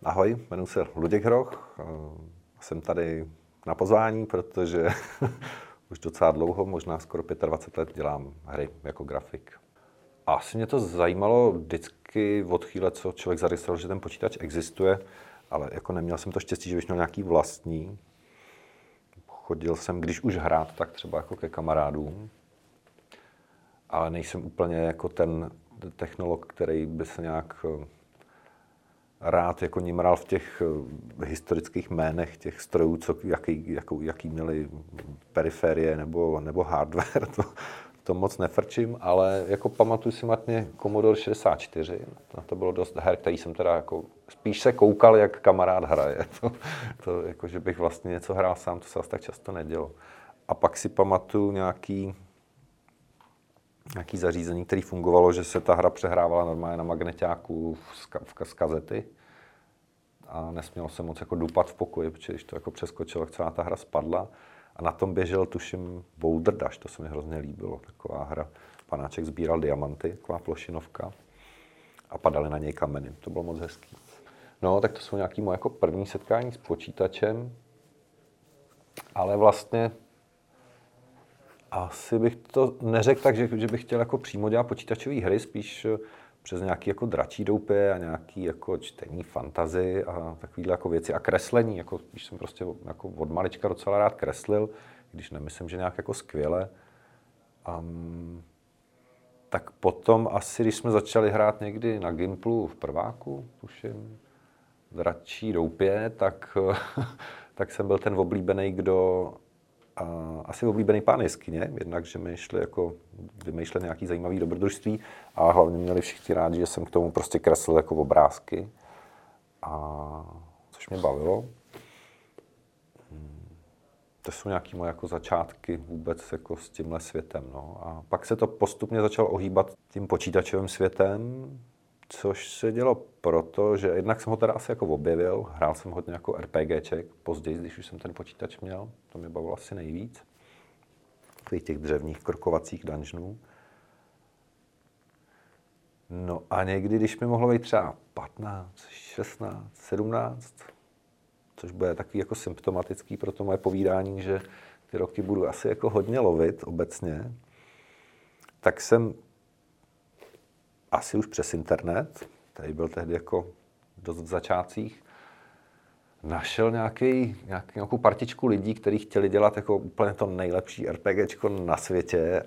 Ahoj, jmenuji se Luděk Hroch. Jsem tady na pozvání, protože už docela dlouho, možná skoro 25 let dělám hry jako grafik. Asi mě to zajímalo vždycky od chvíle, co člověk zaregistroval, že ten počítač existuje, ale jako neměl jsem to štěstí, že bych měl nějaký vlastní. Chodil jsem, když už hrát, tak třeba jako ke kamarádům, ale nejsem úplně jako ten technolog, který by se nějak rád jako nimral v těch historických jménech těch strojů, jaký měli periferie nebo hardware, to moc nefrčím, ale jako pamatuju si matně Commodore 64, to bylo dost her, který jsem teda jako spíš se koukal, jak kamarád hraje, to jako, že bych vlastně něco hrál sám, to se asi tak často nedělo. A pak si pamatuju nějaký zařízení, které fungovalo, že se ta hra přehrávala normálně na magneťáku z kazety a nesmělo se moc jako dupat v pokoji, protože když to jako přeskočilo, celá ta hra spadla a na tom běžel, tuším, Boulder Dash, to se mi hrozně líbilo, taková hra. Panáček sbíral diamanty, taková plošinovka a padaly na něj kameny, to bylo moc hezký. No, tak to jsou nějaký moje jako první setkání s počítačem, ale vlastně asi bych to neřekl tak, že bych chtěl jako přímo dělat počítačové hry, spíš přes nějaký jako dračí doupě a nějaký jako čtení fantasy a takovýhle jako věci a kreslení, jako když jsem prostě jako od malička docela rád kreslil, když nemyslím, že nějak jako skvěle. Tak potom asi, když jsme začali hrát někdy na Gimplu v prváku, tuším, dračí doupě, tak jsem byl ten oblíbený, asi oblíbený pán jeskyně, jednak, že mi šli jako vymýšlet nějaký zajímavý dobrodružství a hlavně měli všichni rádi, že jsem k tomu prostě kreslil jako obrázky, což mě bavilo. To jsou nějaký moje jako začátky vůbec jako s tímhle světem. No. A pak se to postupně začalo ohýbat tím počítačovým světem, což se dělo proto, že jednak jsem ho teda asi jako objevil, hrál jsem hodně jako RPGček, později, když už jsem ten počítač měl, to mě bavilo asi nejvíc. Takových těch dřevních krokovacích dungeonů. No a někdy, když mi mohlo být třeba 15, 16, 17, což bude takový jako symptomatický pro to moje povídání, že ty roky budu asi jako hodně lovit obecně, tak jsem asi už přes internet, který byl tehdy jako dost v začátcích, našel nějakou partičku lidí, kteří chtěli dělat jako úplně to nejlepší RPGčko na světě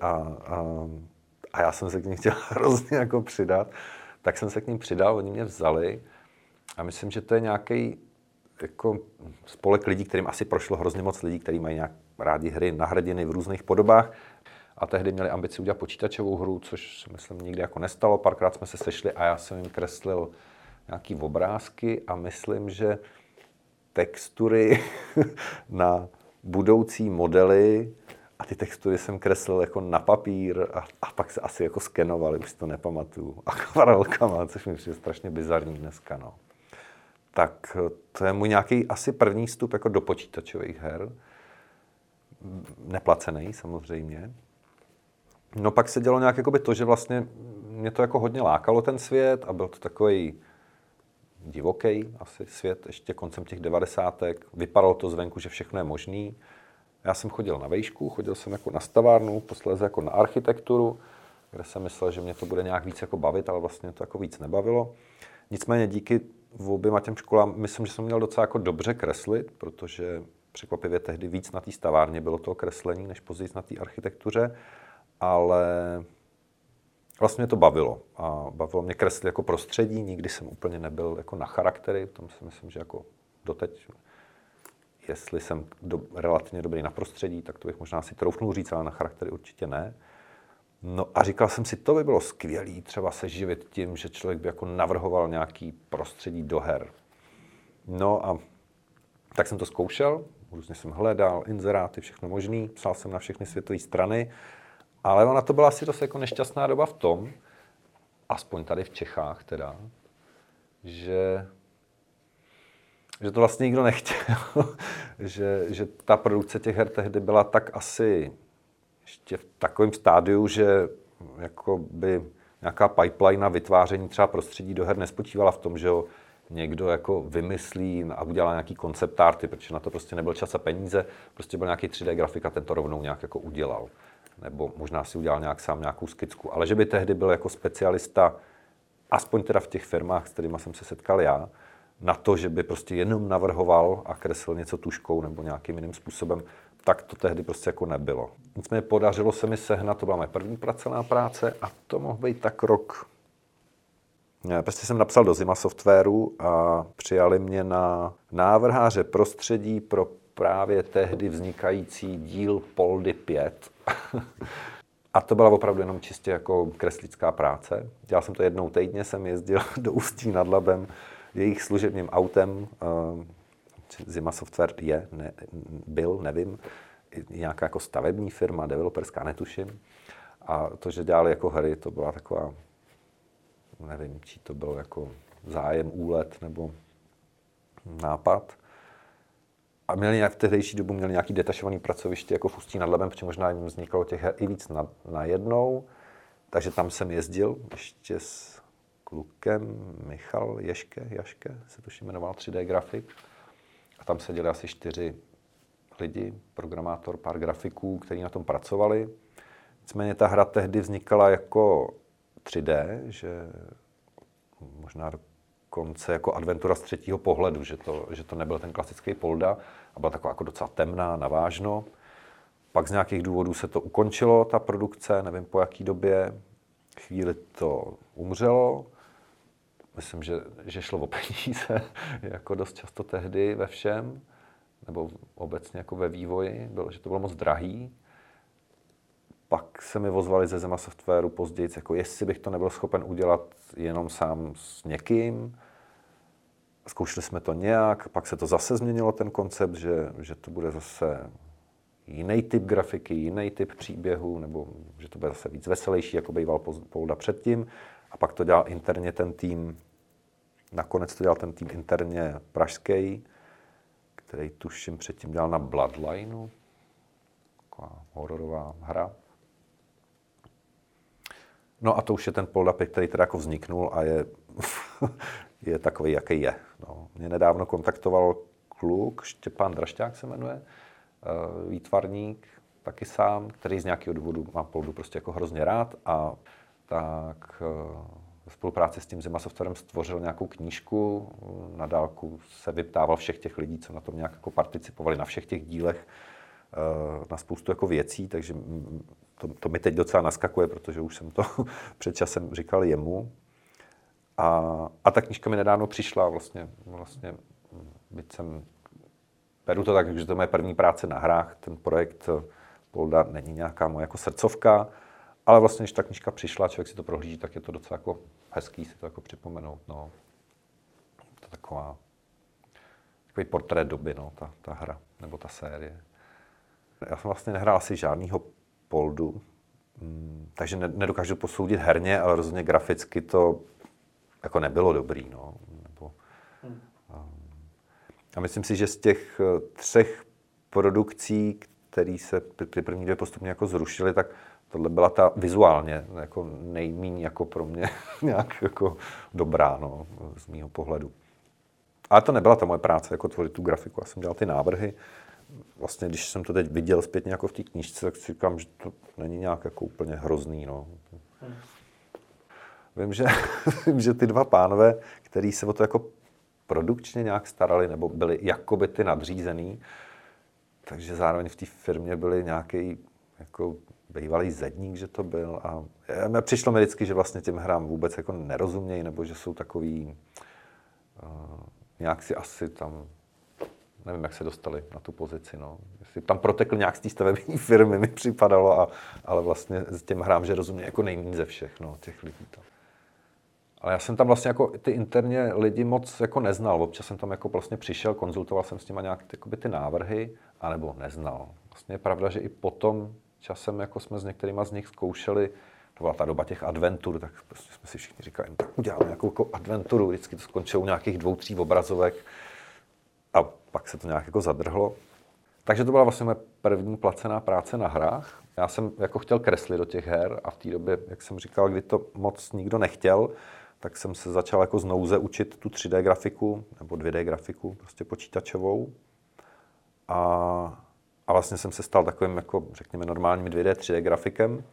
a já jsem se k ním chtěl hrozně jako přidat. Tak jsem se k ním přidal, oni mě vzali a myslím, že to je nějaký jako spolek lidí, kterým asi prošlo hrozně moc lidí, kteří mají nějak rádi hry na hrdiny v různých podobách. A tehdy měli ambici udělat počítačovou hru, což si myslím nikdy jako nestalo. Párkrát jsme se sešli a já jsem jim kreslil nějaký obrázky a myslím, že textury na budoucí modely a ty textury jsem kreslil jako na papír a pak se asi jako skenovali, už si to nepamatuju, akvarelkama, což mi přijde strašně bizarní dneska. No. Tak to je můj nějaký asi první vstup jako do počítačových her. Neplacený samozřejmě. No pak se dělo nějak jakoby to, že vlastně mě to jako hodně lákalo ten svět a byl to takový divoký asi svět ještě koncem těch 90. Vypadalo to zvenku, že všechno je možný. Já jsem chodil na vejšku, chodil jsem jako na stavárnu, posléze jako na architekturu, kde jsem myslel, že mě to bude nějak víc jako bavit, ale vlastně to jako víc nebavilo. Nicméně díky oběma těm školám myslím, že jsem měl docela jako dobře kreslit, protože překvapivě tehdy víc na té stavárně bylo toho kreslení, než později na té architektuře. Ale vlastně mě to bavilo a bavilo mě kreslit jako prostředí, nikdy jsem úplně nebyl jako na charaktery, v tom si myslím, že jako doteď, jestli jsem relativně dobrý na prostředí, tak to bych možná si troufnul říct, ale na charaktery určitě ne. No a říkal jsem si, to by bylo skvělý, třeba se živit tím, že člověk by jako navrhoval nějaký prostředí do her. No a tak jsem to zkoušel, různě jsem hledal inzeráty, všechno možný, psal jsem na všechny světové strany, ale ona to byla asi dost jako nešťastná doba v tom, aspoň tady v Čechách teda, že to vlastně nikdo nechtěl, že ta produkce těch her tehdy byla tak asi ještě v takovém stádiu, že jako by nějaká pipeline na vytváření třeba prostředí do her nespočívala v tom, že někdo jako vymyslí a udělá nějaký koncept arty, protože na to prostě nebyl čas a peníze, prostě byl nějaký 3D grafik a ten to rovnou nějak jako udělal. Nebo možná si udělal nějak sám nějakou skicku. Ale že by tehdy byl jako specialista, aspoň teda v těch firmách, s kterými jsem se setkal já, na to, že by prostě jenom navrhoval a kreslil něco tuškou nebo nějakým jiným způsobem, tak to tehdy prostě jako nebylo. Nicméně podařilo se mi sehnat, to byla moje první placená práce a to mohl být tak rok. Prostě jsem napsal do Zima Softwaru a přijali mě na návrháře prostředí pro právě tehdy vznikající díl Poldy 5. A to byla opravdu jenom čistě jako kreslická práce. Dělal jsem to jednou týdně, jsem jezdil do Ústí nad Labem jejich služebním autem. Zima Software byl, nevím, nějaká jako stavební firma, developerská, netuším. A to, že dělali jako hry, to byla taková, nevím, čí to byl jako zájem, úlet nebo nápad. A měli v tehdejší dobu nějaký detašovaný pracoviště jako v Ústí nad Labem, protože možná jim vznikalo těch her i víc najednou. Takže tam jsem jezdil ještě s klukem Michal Jaške se tuším jmenoval, 3D grafik. A tam seděli asi 4 lidi, programátor, pár grafiků, kteří na tom pracovali. Nicméně ta hra tehdy vznikala jako 3D, že možná dokonce jako adventura z třetího pohledu, že to nebyl ten klasický Polda a byla taková jako docela temná, navážno. Pak z nějakých důvodů se to ukončilo, ta produkce, nevím po jaký době. Chvíli to umřelo. Myslím, že šlo o peníze, jako dost často tehdy ve všem, nebo obecně jako ve vývoji, že to bylo moc drahý. Pak se mi ozvali ze Zima Softwaru později, jako jestli bych to nebyl schopen udělat jenom sám s někým. Zkoušeli jsme to nějak, pak se to zase změnilo ten koncept, že to bude zase jiný typ grafiky, jiný typ příběhu, nebo že to bude zase víc veselější, jako býval Polda předtím. A pak to dělal interně ten tým, nakonec to dělal ten tým interně pražský, který tuším předtím dělal na Bloodlineu, taková hororová hra. No a to už je ten Polda 5, který teda jako vzniknul a je takový, jaký je. No. Mě nedávno kontaktoval kluk, Štěpán Drašťák se jmenuje, výtvarník, taky sám, který z nějakého důvodu má Poldu prostě jako hrozně rád a tak ve spolupráci s tím Zima Softwarem stvořil nějakou knížku, na dálku se vyptával všech těch lidí, co na tom nějak jako participovali na všech těch dílech, na spoustu jako věcí, takže to mi teď docela naskakuje, protože už jsem to před časem říkal jemu. A ta knížka mi nedávno přišla, vlastně byť beru to tak, že to je moje první práce na hrách, ten projekt Polda není nějaká moje jako srdcovka, ale vlastně, když ta knížka přišla, člověk si to prohlíží, tak je to docela jako hezký si to jako připomenout, no. To takový portrét doby, no, ta hra, nebo ta série. Já jsem vlastně nehrál asi žádnýho Poldu, takže nedokážu posoudit herně, ale rozhodně graficky to jako nebylo dobrý, no. A myslím si, že z těch 3 produkcí, které se ty první 2 postupně jako zrušily, tak tohle byla ta vizuálně jako nejméně jako pro mě nějak jako dobrá, no, z mýho pohledu. Ale to nebyla ta moje práce, jako tvořit tu grafiku. Já jsem dělal ty návrhy. Vlastně, když jsem to teď viděl zpětně jako v té knížce, tak si říkám, že to není nějak jako úplně hrozný, no. Vím, že ty 2 pánové, kteří se o to jako produkčně nějak starali, nebo byli jakoby ty nadřízený, takže zároveň v té firmě byli nějaký jako bývalý zedník, že to byl. A přišlo mi vždycky, že vlastně těm hrám vůbec jako nerozumějí, nebo že jsou takový nějak si asi tam, nevím, jak se dostali na tu pozici, no. Jestli tam protekl nějak z té stavební firmy, mi připadalo, ale vlastně s těm hrám, že rozumějí jako nejméně ze všech, no, těch lidí tam. Ale já jsem tam vlastně jako ty interně lidi moc jako neznal. Občas jsem tam jako vlastně přišel, konzultoval jsem s nima nějak ty návrhy, anebo neznal. Vlastně je pravda, že i potom časem jako jsme s některýma z nich zkoušeli, to byla ta doba těch adventur, tak prostě jsme si všichni říkali, tak uděláme nějakou jako adventuru, vždycky to skončilo u nějakých 2-3 obrazovek a pak se to nějak jako zadrhlo. Takže to byla vlastně moje první placená práce na hrách. Já jsem jako chtěl kreslit do těch her a v té době, jak jsem říkal, kdy to moc nikdo nechtěl, tak jsem se začal jako z nouze učit tu 3D grafiku, nebo 2D grafiku, prostě počítačovou. A vlastně jsem se stal takovým, jako řekněme, normálním 2D, 3D grafikem.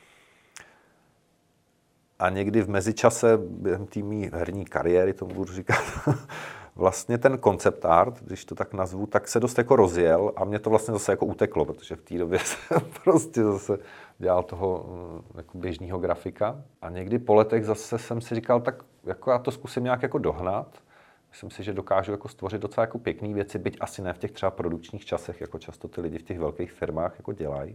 A někdy v mezičase, během té mý herní kariéry, tomu budu říkat, vlastně ten concept art, když to tak nazvu, tak se dost jako rozjel a mě to vlastně zase jako uteklo, protože v té době jsem prostě zase dělal toho jako běžného grafika. A někdy po letech zase jsem si říkal, tak jako já to zkusím nějak jako dohnat. Myslím si, že dokážu jako stvořit docela jako pěkné věci, byť asi ne v těch třeba produkčních časech, jako často ty lidi v těch velkých firmách jako dělají.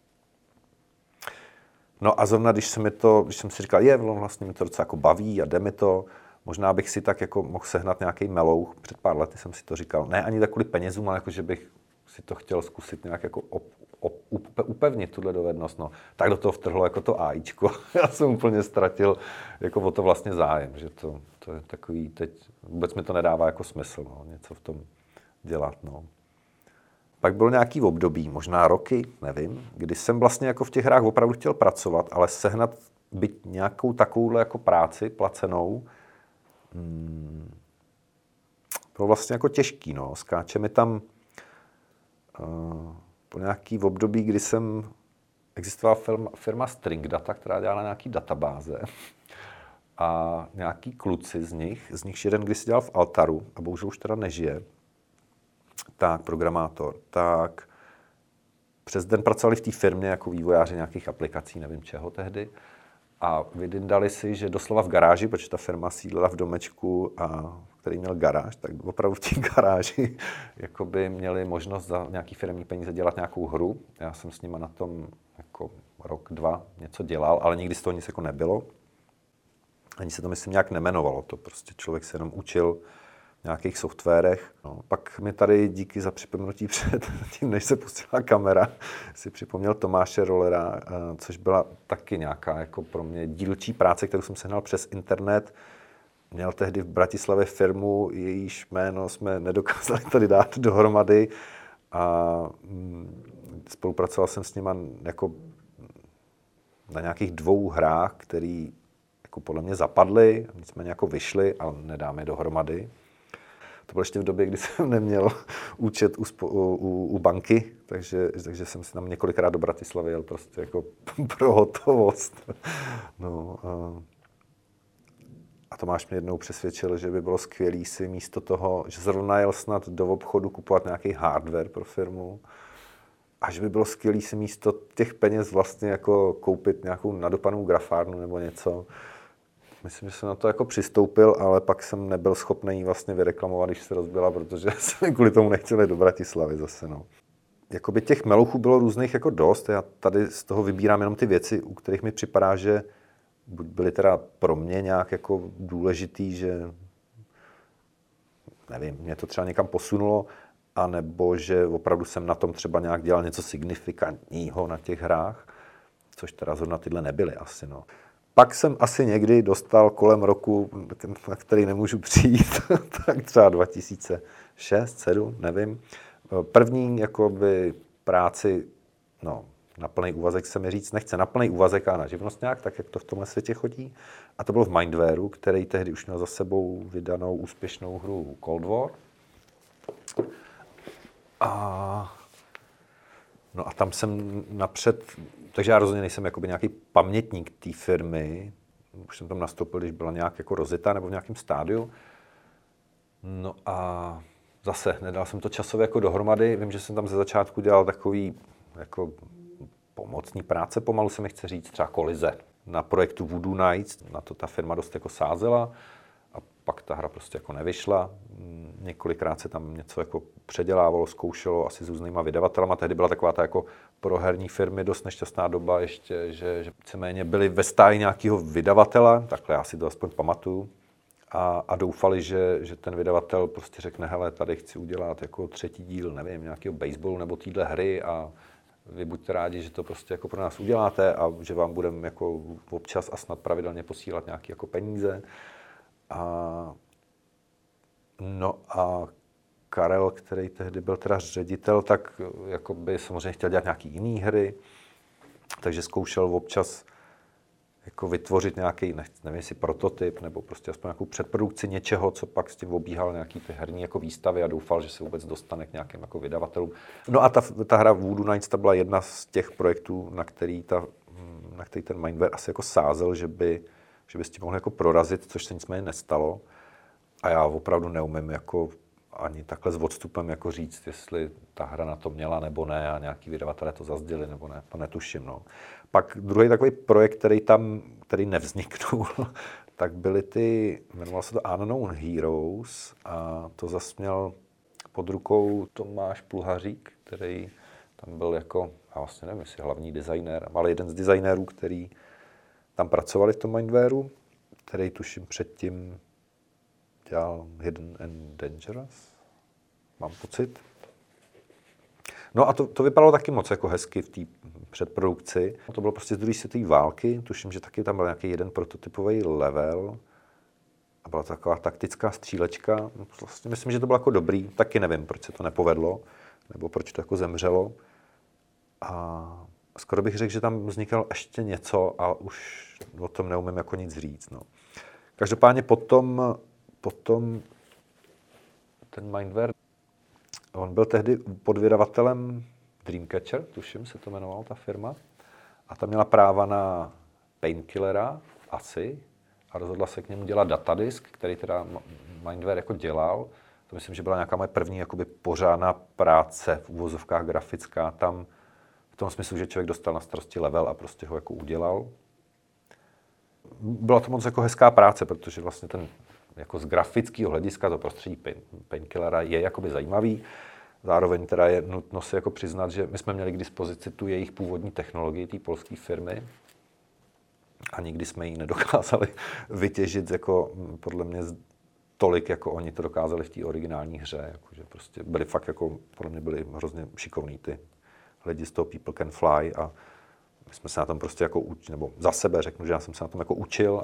No a zrovna, když jsem si říkal, vlastně mi to docela jako baví a jde mi to, možná bych si tak jako mohl sehnat nějaký melouch. Před pár lety jsem si to říkal, ne ani tak kvůli penězům, ale jako, že bych si to chtěl zkusit nějak jako upevnit tuhle dovednost. No. Tak do toho vtrhlo jako to AIčko. Já jsem úplně ztratil jako o to vlastně zájem, že to je takový teď, vůbec mi to nedává jako smysl, no, něco v tom dělat, no. Pak bylo nějaký období, možná roky, nevím, kdy jsem vlastně jako v těch hrách opravdu chtěl pracovat, ale sehnat byť nějakou takovouhle jako práci placenou, bylo vlastně jako těžký, no. Skáče mi tam po nějaký období, kdy existovala firma String Data, která dělala nějaký databáze. A nějaký kluci z nich jeden když si dělal v Altaru, a bohužel už teda nežije, tak programátor, tak přes den pracovali v té firmě jako vývojáři nějakých aplikací, nevím čeho tehdy. A vydindali si, že doslova v garáži, protože ta firma sídlila v domečku, který měl garáž, tak opravdu v té garáži jakoby měli možnost za nějaký firemní peníze dělat nějakou hru. Já jsem s nima na tom jako rok, dva něco dělal, ale nikdy z toho nic jako nebylo. Ani se to, myslím, nějak nemenovalo. To prostě člověk se jenom učil v nějakých softwarech. No, pak mi tady díky za připomenutí před tím, než se pustila kamera, si připomněl Tomáše Rollera, což byla taky nějaká jako pro mě dílčí práce, kterou jsem sehnal přes internet. Měl tehdy v Bratislavě firmu, jejíž jméno jsme nedokázali tady dát dohromady a spolupracoval jsem s nima jako na nějakých 2 hrách, které jako podle mě zapadly, nicméně jako vyšly, ale nedáme je dohromady. To bylo ještě v době, kdy jsem neměl účet u banky, takže jsem si tam několikrát do Bratislavy jel prostě jako pro hotovost. No, a Tomáš mě jednou přesvědčil, že by bylo skvělý si místo toho, že zrovna jel snad do obchodu kupovat nějaký hardware pro firmu, a že by bylo skvělý si místo těch peněz vlastně jako koupit nějakou nadopanou grafárnu nebo něco. Myslím, že jsem na to jako přistoupil, ale pak jsem nebyl schopný ji vlastně vyreklamovat, když se rozbila, protože jsme kvůli tomu nechtěli do Bratislavy zase, no. Jakoby těch melouchů bylo různých jako dost. Já tady z toho vybírám jenom ty věci, u kterých mi připadá, že buď byly teda pro mě nějak jako důležitý, že nevím, mě to třeba někam posunulo, anebo že opravdu jsem na tom třeba nějak dělal něco signifikantního na těch hrách, což teda zrovna tyhle nebyly asi, no. Pak jsem asi někdy dostal kolem roku, na který nemůžu přijít, tak třeba 2006, 2007, nevím. První jakoby práci, no, na plný úvazek se mi říct nechce, na plný úvazek a na živnostňák, tak jak to v tomhle světě chodí. A to bylo v Mindwareu, který tehdy už měl za sebou vydanou úspěšnou hru Cold War. No a tam jsem napřed, takže já rozhodně nejsem jakoby nějaký pamětník té firmy, už jsem tam nastoupil, když byla nějak jako rozjetá nebo v nějakém stádiu. No a zase nedal jsem to časově jako dohromady, vím, že jsem tam ze začátku dělal takový jako pomocný práce, pomalu se mi chce říct, třeba kolize. Na projektu Voodoo Nights, na to ta firma dost jako sázela a pak ta hra prostě jako nevyšla. Několikrát se tam něco jako předělávalo, zkoušelo asi s různýma vydavatelama. Tehdy byla taková ta jako pro herní firmy dost nešťastná doba ještě, že víceméně byli ve stáji nějakého vydavatele, takhle já si to aspoň pamatuju, a doufali, že ten vydavatel prostě řekne, hele, tady chci udělat jako 3. díl, nevím, nějakého baseballu nebo téhle hry a vy buďte rádi, že to prostě jako pro nás uděláte a že vám budeme jako občas a snad pravidelně posílat nějaké jako peníze. No a Karel, který tehdy byl teda ředitel, tak jakoby samozřejmě chtěl dělat nějaký jiný hry, takže zkoušel občas jako vytvořit nějaký, nevím, jestli prototyp, nebo prostě aspoň nějakou předprodukci něčeho, co pak s tím obíhal nějaký ty herní jako výstavy a doufal, že se vůbec dostane k nějakým jako vydavatelům. No a ta hra Voodoo Nights, ta byla jedna z těch projektů, na který ten Mindware asi jako sázel, že by s tím mohl jako prorazit, což se nicméně nestalo. A já opravdu neumím jako ani takhle s odstupem jako říct, jestli ta hra na to měla nebo ne a nějaký vydavatelé to zazděli nebo ne, to netuším. No. Pak druhý takový projekt, který nevzniknul, tak byly jmenoval se to Unknown Heroes a to zas měl pod rukou Tomáš Pluhařík, který tam byl jako, já vlastně nevím, jestli hlavní designér, ale jeden z designérů, který tam pracovali v tom Mindwareu, který tuším předtím dělal Hidden and Dangerous, mám pocit. No a to vypadalo taky moc jako hezky v té předprodukci. To bylo prostě z druhé světové války, tuším, že taky tam byl nějaký jeden prototypový level a byla to taková taktická střílečka. Vlastně myslím, že to bylo jako dobrý, taky nevím, proč se to nepovedlo, nebo proč to jako zemřelo. A skoro bych řekl, že tam vznikalo ještě něco a už o tom neumím jako nic říct. No. Každopádně potom ten Mindware, on byl tehdy podvydavatelem Dreamcatcher, tuším se to jmenovala ta firma, a ta měla práva na Painkillera asi a rozhodla se k němu dělat datadisk, který teda Mindware jako dělal. To myslím, že byla nějaká moje první jakoby pořádná práce v uvozovkách grafická tam, v tom smyslu, že člověk dostal na starosti level a prostě ho jako udělal. Byla to moc jako hezká práce, protože vlastně ten jako z grafického hlediska to prostředí Painkillera je jakoby zajímavý. Zároveň teda je nutno si jako přiznat, že my jsme měli k dispozici tu jejich původní technologii, té polské firmy a nikdy jsme ji nedokázali vytěžit jako podle mě tolik, jako oni to dokázali v té originální hře. Jakože prostě byli fakt jako, podle mě byli hrozně šikovní ty lidi z toho People Can Fly a my jsme se na tom prostě jako učili, nebo za sebe řeknu, že já jsem se na tom jako učil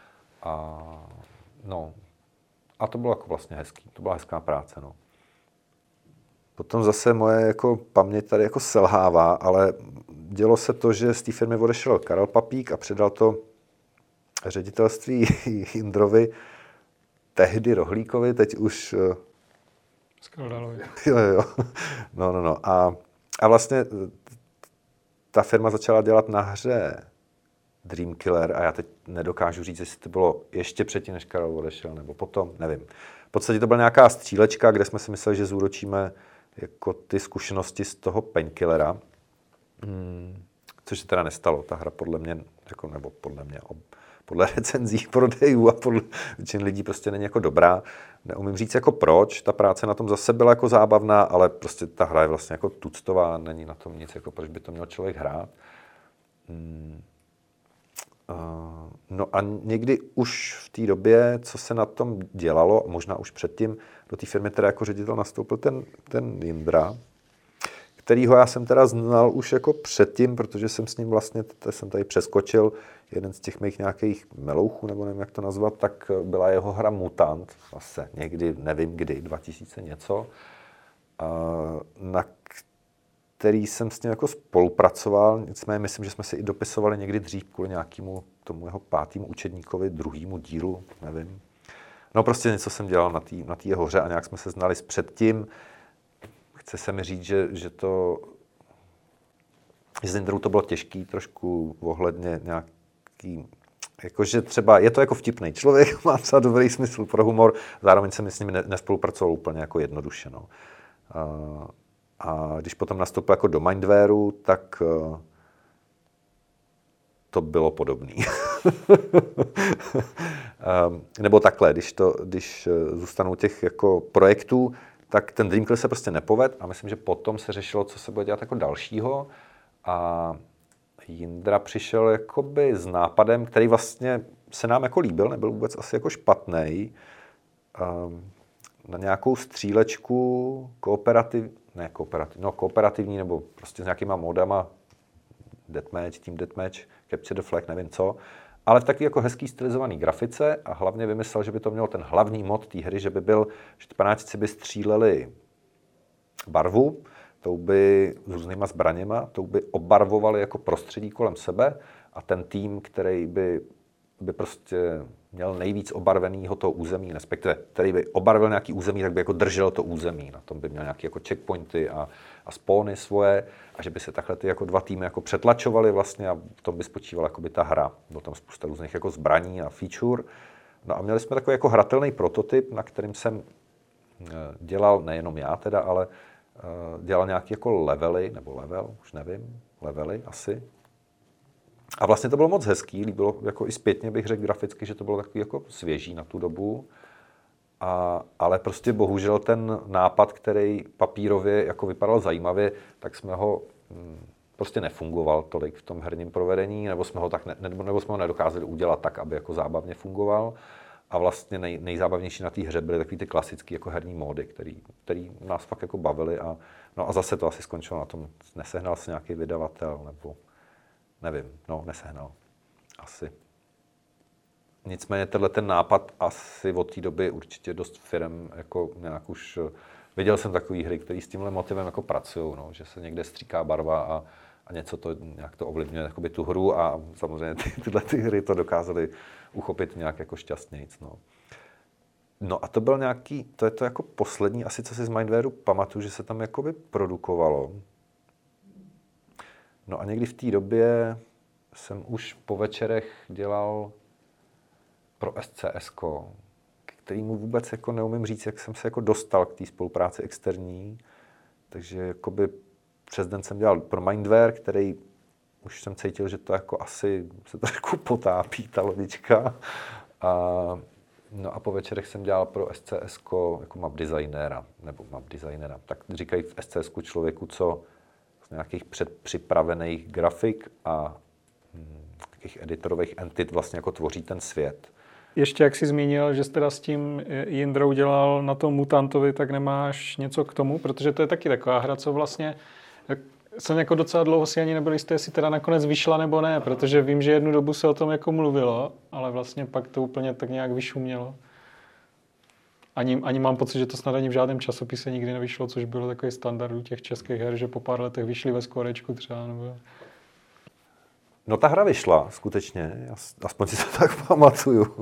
a to bylo jako vlastně hezký, to byla hezká práce, no. Potom zase moje jako paměť tady jako selhává, ale dělo se to, že z té firmy odešel Karel Papík a předal to ředitelství Jindrovi, tehdy Rohlíkovi, teď už... Skaldalovi. Jo. No. A vlastně ta firma začala dělat na hře Dreamkiller a já teď nedokážu říct, jestli to bylo ještě předtím, než Karel odešel, nebo potom, nevím. V podstatě to byla nějaká střílečka, kde jsme si mysleli, že zúročíme jako ty zkušenosti z toho Painkillera, což se teda nestalo. Ta hra podle mě, jako, nebo podle recenzí, prodejů a podle většiny lidí prostě není jako dobrá. Neumím říct jako proč, ta práce na tom zase byla jako zábavná, ale prostě ta hra je vlastně jako tuctová, není na tom nic, jako proč by to měl člověk hrát. No a někdy už v té době, co se na tom dělalo, možná už předtím, do té firmy teda jako ředitel nastoupil ten Jindra, kterýho já jsem teda znal už jako předtím, protože jsem s ním vlastně, jsem tady přeskočil jeden z těch mých nějakých melouchů, nebo nevím, jak to nazvat, tak byla jeho hra Mutant, zase někdy, nevím kdy, 2000 něco, na který jsem s ním jako spolupracoval, nicméně myslím, že jsme si i dopisovali někdy dřív kvůli nějakému tomu jeho 5. učedníkovi, 2. dílu, nevím. No prostě něco jsem dělal na té jeho hře a nějak jsme se znali předtím. Chce se mi říct, že z Jindrou to bylo těžký trošku ohledně nějaký, jakože třeba je to jako vtipný člověk, má třeba dobrý smysl pro humor, zároveň jsem s ním nespolupracoval úplně jako jednoduše, no. A když potom nastoupil jako do Mindwareu, tak to bylo podobný. Nebo takhle, když zůstanou těch jako projektů, tak ten Dreamkiller se prostě nepovedl a myslím, že potom se řešilo, co se bude dělat jako dalšího. A Jindra přišel jakoby s nápadem, který vlastně se nám jako líbil, nebyl vůbec asi jako špatnej, na nějakou střílečku kooperativní nebo prostě s nějakýma modama, deathmatch, team deathmatch, capture the flag, nevím co, ale v takový jako hezký stylizovaný grafice a hlavně vymyslel, že by to měl ten hlavní mod té hry, že by byl, že ty panáčci by stříleli barvu, touby s různýma zbraněma, touby obarvovali jako prostředí kolem sebe a ten tým, který by prostě měl nejvíc obarvenýho toho území, respektive který by obarvil nějaký území, tak by jako držel to území. Na tom by měl nějaké jako checkpointy a spawny svoje a že by se takhle ty jako dva týmy jako přetlačovaly vlastně a v tom by spočívala jakoby ta hra. Bylo tam spousta různých jako zbraní a feature. No a měli jsme takový jako hratelný prototyp, na kterým jsem dělal, nejenom já teda, ale dělal nějaké jako levely, nebo level, už nevím, levely asi. A vlastně to bylo moc hezký, líbilo jako i zpětně bych řekl graficky, že to bylo takový jako svěží na tu dobu. Ale prostě bohužel ten nápad, který papírově jako vypadal zajímavě, tak jsme ho prostě nefungoval tolik v tom herním provedení, nebo jsme ho nedokázali udělat tak, aby jako zábavně fungoval. A vlastně nejzábavnější na té hře byly takový ty klasické jako herní módy, který nás fakt jako bavily. A zase to asi skončilo na tom, nesehnal se nějaký vydavatel, nebo nevím, nesehnal. Asi. Nicméně tenhle ten nápad asi od té doby určitě dost firem jako nějak už... Viděl jsem takové hry, které s tímhle motivem jako pracují, že se někde stříká barva a něco to nějak to ovlivňuje jakoby tu hru a samozřejmě tyhle hry to dokázaly uchopit nějak jako šťastnějc. No a to byl to je to jako poslední asi, co si z Mindwareu pamatuju, že se tam jakoby produkovalo. No a někdy v té době jsem už po večerech dělal pro SCSko, k kterému vůbec jako neumím říct, jak jsem se jako dostal k té spolupráci externí. Takže jakoby přes den jsem dělal pro Mindware, který už jsem cítil, že to jako asi se trošku potápí, ta lodička. A po večerech jsem dělal pro SCSko jako map designera. Tak říkají v SCSku člověku, co z nějakých předpřipravených grafik a takových editorových entit vlastně jako tvoří ten svět. Ještě jak jsi zmínil, že jsi teda s tím Jindrou dělal na tom Mutantovi, tak nemáš něco k tomu? Protože to je taky taková hra, co vlastně jsem jako docela dlouho si ani nebyl jistý, jestli teda nakonec vyšla nebo ne, protože vím, že jednu dobu se o tom jako mluvilo, ale vlastně pak to úplně tak nějak vyšumělo. Ani mám pocit, že to snad ani v žádném časopise nikdy nevyšlo, což bylo takový standard u těch českých her, že po pár letech vyšly ve skorečku třeba. Nebo... No ta hra vyšla skutečně, aspoň si to tak pamatuju.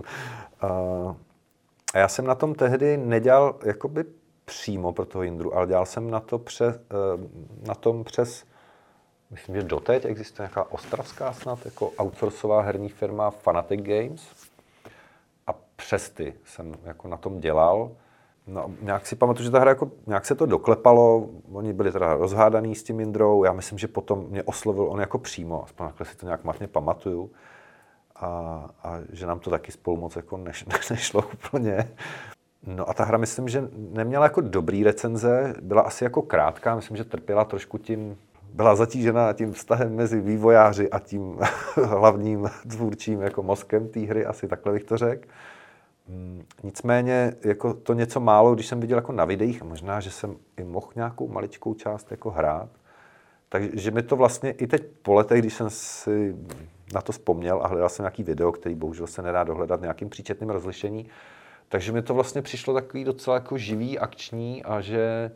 A já jsem na tom tehdy nedělal jakoby přímo pro toho Jindru, ale dělal jsem na tom přes, myslím, že doteď existuje nějaká ostravská snad jako outsourcová herní firma Fanatic Games. A přes ty jsem jako na tom dělal. No, nějak si pamatuju, že ta hra jako, nějak se to doklepalo, oni byli teda rozhádaný s tím Jindrou, já myslím, že potom mě oslovil on jako přímo, aspoň takhle si to nějak matně pamatuju. A že nám to taky spolu moc jako nešlo úplně. No a ta hra myslím, že neměla jako dobrý recenze, byla asi jako krátká, myslím, že trpěla trošku tím, byla zatížená tím vztahem mezi vývojáři a tím hlavním tvůrčím jako mozkem té hry, asi takhle bych to řekl. Nicméně jako to něco málo, když jsem viděl jako na videích, a možná, že jsem i mohl nějakou maličkou část jako hrát, takže mi to vlastně i teď po letech, když jsem si na to vzpomněl a hledal jsem nějaký video, který bohužel se nedá dohledat nějakým příčetným rozlišení, takže mi to vlastně přišlo takový docela jako živý, akční a že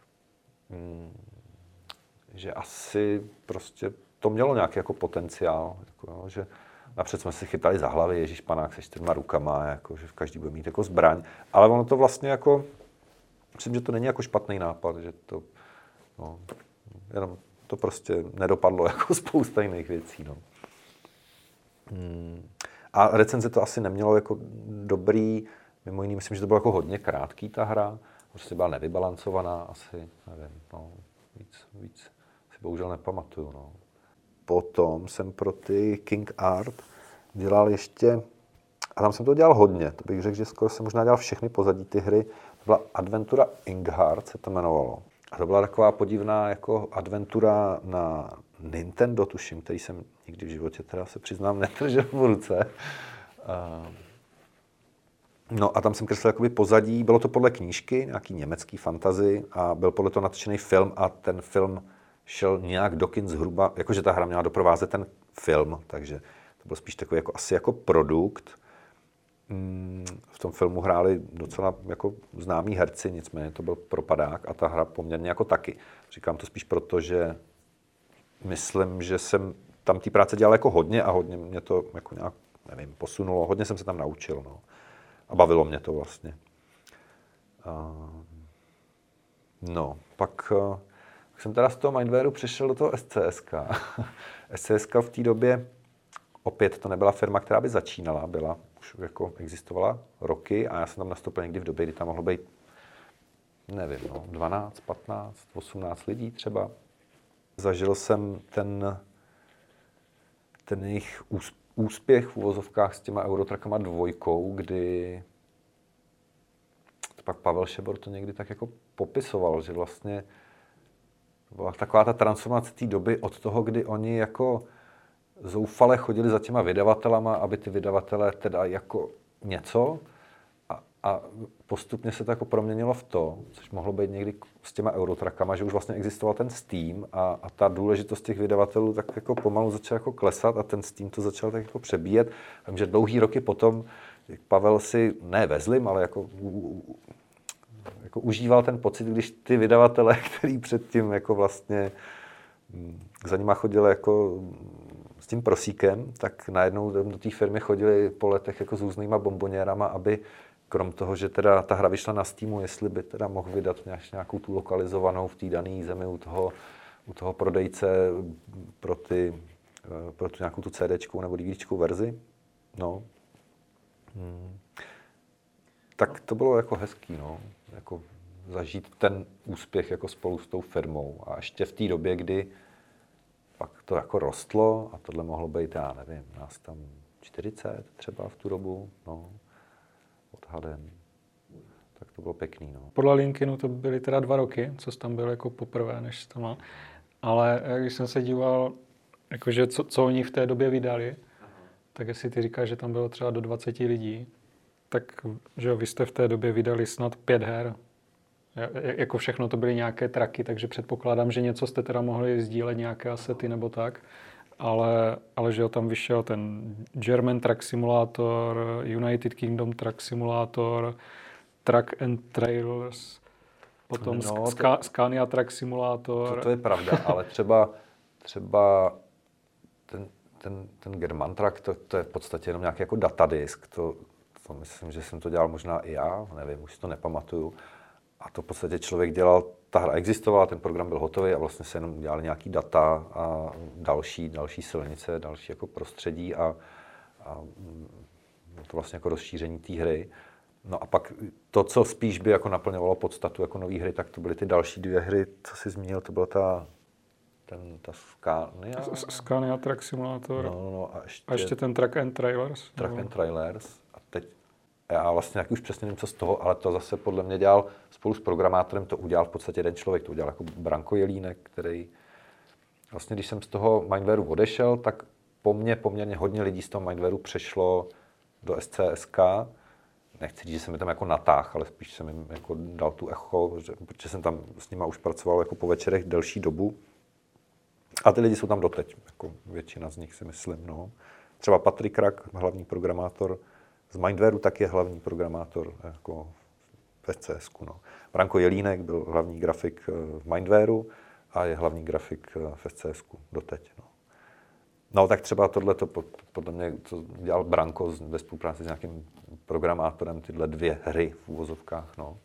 asi prostě to mělo nějaký jako potenciál, jako, že napřed jsme si chytali za hlavy, ježišpanák se 4 rukama, jako, že každý bude mít jako zbraň, ale ono to vlastně jako, myslím, že to není jako špatný nápad, že to, jenom to prostě nedopadlo jako spousta jiných věcí, A recenze to asi nemělo jako dobrý, mimo jiný, myslím, že to bylo jako hodně krátký ta hra, prostě byla nevybalancovaná, asi, nevím, víc si bohužel nepamatuju, Potom jsem pro ty King Art dělal ještě, a tam jsem to dělal hodně, to bych řekl, že skoro jsem možná dělal všechny pozadí ty hry, to byla Adventura Inghard, se to jmenovalo. A to byla taková podivná jako adventura na Nintendo, tuším, který jsem nikdy v životě, teda se přiznám, nedržel v ruce. No a tam jsem kreslil jakoby pozadí, bylo to podle knížky, nějaký německý fantasy a byl podle toho natočený film a ten film šel nějak do kin zhruba, jakože ta hra měla doprovázet ten film, takže to byl spíš takový jako, asi jako produkt. v tom filmu hráli docela jako známí herci, nicméně to byl propadák a ta hra poměrně jako taky. Říkám to spíš proto, že myslím, že jsem tam té práce dělal jako hodně a hodně mě to jako nějak, nevím, posunulo. Hodně jsem se tam naučil, no. A bavilo mě to vlastně. No, pak jsem teda z toho Mindwareu přešel do toho SCSK. SCSK v té době, opět to nebyla firma, která by začínala, už jako existovala roky a já jsem tam nastoupil někdy v době, kdy tam mohlo být, nevím, 12, 15, 18 lidí třeba. Zažil jsem ten jejich úspěch v uvozovkách s těma Eurotruckama 2, kdy pak Pavel Šebor to někdy tak jako popisoval, že vlastně byla taková ta transformace té doby od toho, kdy oni jako zoufale chodili za těma vydavatelama, aby ty vydavatelé teda jako něco a postupně se to jako proměnilo v to, což mohlo být někdy s těma Eurotruckama, že už vlastně existoval ten Steam a ta důležitost těch vydavatelů tak jako pomalu začala jako klesat a ten Steam to začal tak jako přebíjet. Vím, že dlouhý roky potom Pavel si, ne ve zlým, ale jako užíval ten pocit, když ty vydavatele, který předtím jako vlastně za nima chodili jako s tím prosíkem, tak najednou do té firmy chodili po letech jako s různýma bomboniérama, aby krom toho, že teda ta hra vyšla na Steamu, jestli by teda mohl vydat nějakou tu lokalizovanou v té dané zemi u toho prodejce pro tu nějakou tu CDčkou nebo DVDčkou verzi. No. Tak to bylo jako hezký, no. Jako zažít ten úspěch jako spolu s tou firmou. A ještě v té době, kdy pak to jako rostlo a tohle mohlo být, já nevím, nás tam 40 třeba v tu dobu, no, odhadem. Tak to bylo pěkný, no. Podle LinkedInu to byly teda 2 roky, co jsi tam byl jako poprvé, než to má. Ale když jsem se díval, jakože co oni v té době vydali, tak jestli ty říkáš, že tam bylo třeba do 20 lidí, tak že jo, vy jste v té době vydali snad 5 her. Jako všechno to byly nějaké traky, takže předpokládám, že něco jste teda mohli sdílet, nějaké asety nebo tak. Ale že jo, tam vyšel ten German Truck Simulator, United Kingdom Truck Simulator, Truck and Trailers, potom Scania Truck Simulator. To je pravda, ale třeba ten German Truck, to je v podstatě jenom nějaký jako datadisk. To myslím, že jsem to dělal možná i já, nevím, už si to nepamatuju. A to v podstatě člověk dělal, ta hra existovala, ten program byl hotový a vlastně se jenom dělali nějaký data a další silnice, další jako prostředí a to vlastně jako rozšíření té hry. No a pak to, co spíš by jako naplňovalo podstatu jako nové hry, tak to byly ty další 2 hry, co jsi zmínil, to byla ta Scania. Scania Truck Simulator. No, a ještě ten Truck and Trailers. Truck and Trailers. A teď já vlastně nějak už přesně nevím, co z toho, ale to zase podle mě dělal spolu s programátorem, to udělal v podstatě jeden člověk, to udělal jako Branko Jelínek, který vlastně, když jsem z toho Mindwareu odešel, tak po mně poměrně hodně lidí z toho Mindwareu přešlo do SCSK. Nechci říct, že jsem je tam jako natáhl, ale spíš jsem jim jako dal tu echo, protože jsem tam s nima už pracoval jako po večerech delší dobu. A ty lidi jsou tam doteď, jako většina z nich si myslím, no. Třeba Patrik Rak, hlavní programátor z Mindwareu, tak je hlavní programátor jako v SCSku, no. Branko Jelínek byl hlavní grafik v Mindwareu a je hlavní grafik v SCSku doteď, no. No tak třeba tohleto podle mě, co dělal Branko ve spolupráci s nějakým programátorem, tyhle 2 hry v uvozovkách, no.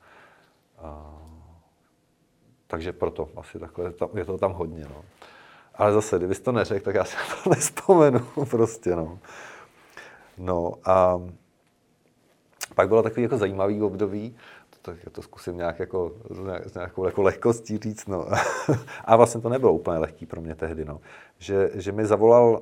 Takže proto asi takhle je to tam hodně, no. Ale zase, kdybys to neřekl, tak já si na to nevzpomenu prostě, no. No a pak bylo takový jako zajímavý období, to zkusím nějak jako s nějakou jako lehkostí říct, no. A vlastně to nebylo úplně lehký pro mě tehdy, no. Že mi zavolal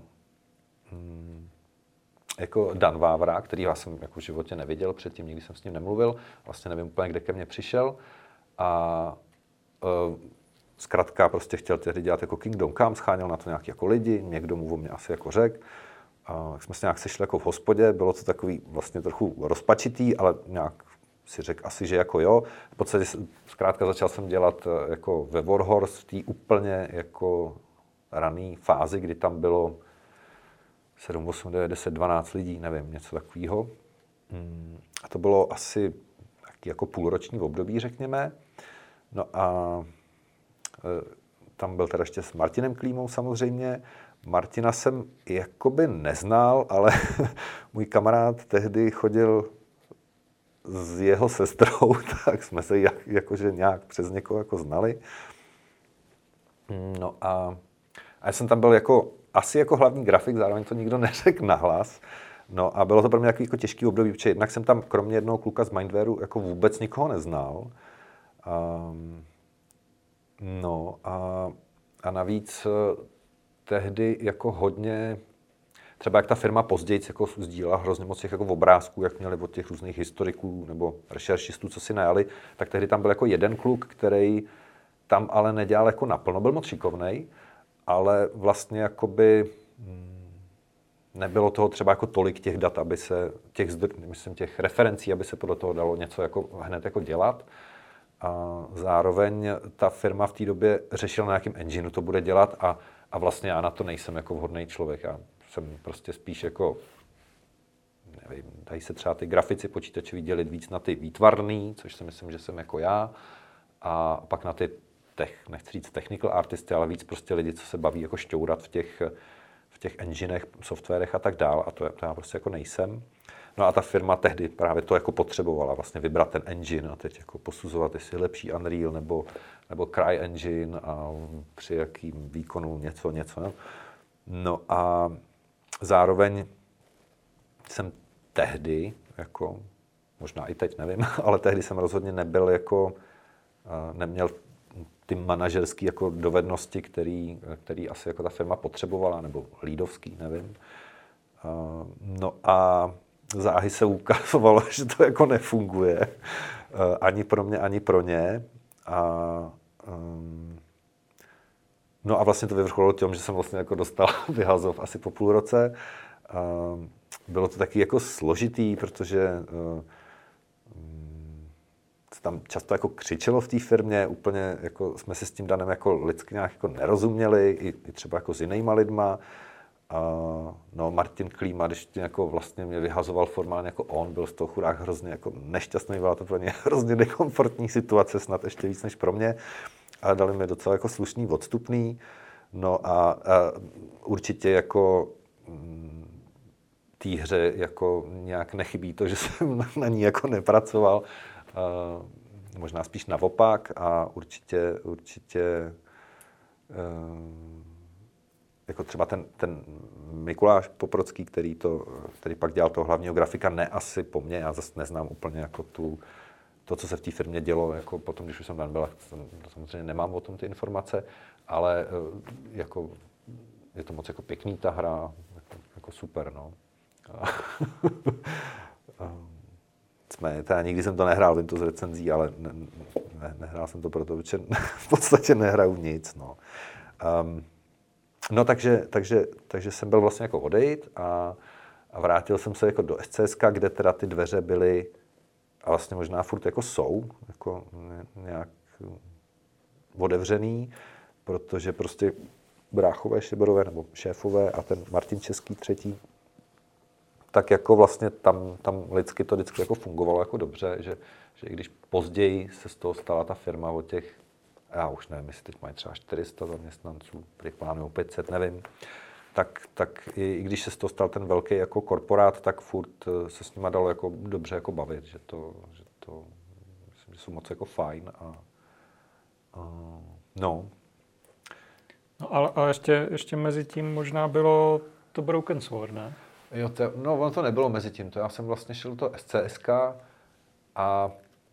jako Dan Vávra, který já jsem jako v životě neviděl, předtím nikdy jsem s ním nemluvil, vlastně nevím úplně, kde ke mně přišel a zkrátka prostě chtěl tehdy dělat jako Kingdom Come, scháněl na to nějaký jako lidi, někdo mu o mě asi jako řekl. Tak jsme se nějak sešli jako v hospodě, bylo to takový vlastně trochu rozpačitý, ale nějak si řekl asi, že jako jo. V podstatě zkrátka začal jsem dělat jako ve Warhorse v té úplně jako rané fázi, kdy tam bylo 7, 8, 9, 10, 12 lidí, nevím, něco takového. A to bylo asi taky jako půlroční období, řekněme. No a tam byl teda ještě s Martinem Klímou samozřejmě. Martina jsem jakoby neznal, ale můj kamarád tehdy chodil s jeho sestrou, tak jsme se jakože nějak přes někoho jako znali. No a já jsem tam byl asi jako hlavní grafik, zároveň to nikdo neřekl nahlas. No a bylo to pro mě jako těžký období, protože jednak jsem tam kromě jednoho kluka z Mindwareu jako vůbec nikoho neznal. No a navíc tehdy jako hodně, třeba jak ta firma později jako sdílela hrozně moc těch jako obrázků, jak měli od těch různých historiků nebo rešeršistů, co si najali, tak tehdy tam byl jako jeden kluk, který tam ale nedělal jako naplno, byl moc šikovnej, ale vlastně jakoby nebylo toho třeba jako tolik těch dat, aby se, těch referencí, aby se podle toho dalo něco jako hned jako dělat. A zároveň ta firma v té době řešila, na jakém engineu to bude dělat a vlastně já na to nejsem jako vhodný člověk. Já jsem prostě spíš jako, nevím, dají se třeba ty grafici počítačoví dělit víc na ty výtvarný, což si myslím, že jsem jako já, a pak na ty nechci říct technical artisty, ale víc prostě lidi, co se baví jako šťourat v těch enginech, softwarech a tak dál, a to já prostě jako nejsem. No a ta firma tehdy právě to jako potřebovala, vlastně vybrat ten engine a teď jako posuzovat, jestli je lepší Unreal nebo CryEngine a při jakým výkonu něco. No a zároveň jsem tehdy, jako možná i teď nevím, ale tehdy jsem rozhodně nebyl jako, neměl ty manažerské jako dovednosti, který asi jako ta firma potřebovala, nebo lídovský, nevím. No a záhy se ukazovalo, že to jako nefunguje. Ani pro mě, ani pro ně. No a vlastně to vyvrcholilo tím, že jsem vlastně jako dostal vyhazov asi po půl roce. Bylo to taky jako složitý, protože se tam často jako křičelo v té firmě, úplně jako jsme si s tím Danem jako lidsky nějak jako nerozuměli, i třeba jako s jinýma lidma. No, Martin Klíma, když jako vlastně mě vyhazoval formálně jako on, byl z toho chudák hrozně jako nešťastný, byla to pro ně hrozně nekomfortní situace, snad ještě víc než pro mě, ale dali mi docela jako slušný odstupný. No a určitě jako té hře jako nějak nechybí to, že jsem na ní jako nepracoval, možná spíš naopak a určitě jako třeba ten Mikuláš Poprocký, který pak dělal toho hlavního grafika, ne asi po mně, já zase neznám úplně jako to, co se v té firmě dělo, jako potom, když už jsem tam byl, samozřejmě nemám o tom ty informace, ale jako je to moc jako pěkný ta hra, jako super, no. Teda nikdy jsem to nehrál, vím to z recenzí, ale nehrál jsem to proto, protože v podstatě nehraju nic, no. No takže jsem byl vlastně jako odejít a vrátil jsem se jako do SCSK, kde teda ty dveře byly a vlastně možná furt jako jsou, jako nějak otevřený, protože prostě bráchové Šeberové nebo šéfové a ten Martin Český třetí, tak jako vlastně tam lidsky to vždycky jako fungovalo jako dobře, že i když později se z toho stala ta firma od těch, já už nevím, jestli teď mají třeba 400 zaměstnanců, prý plánují 500, nevím, tak i když se z toho stal ten velký jako korporát, tak furt se s nima dalo jako dobře jako bavit, že to myslím, že jsou moc jako fajn no. No ale ještě mezi tím možná bylo to Broken Sword, ne? Jo, ono to nebylo mezi tím, to já jsem vlastně šel do toho SCSK a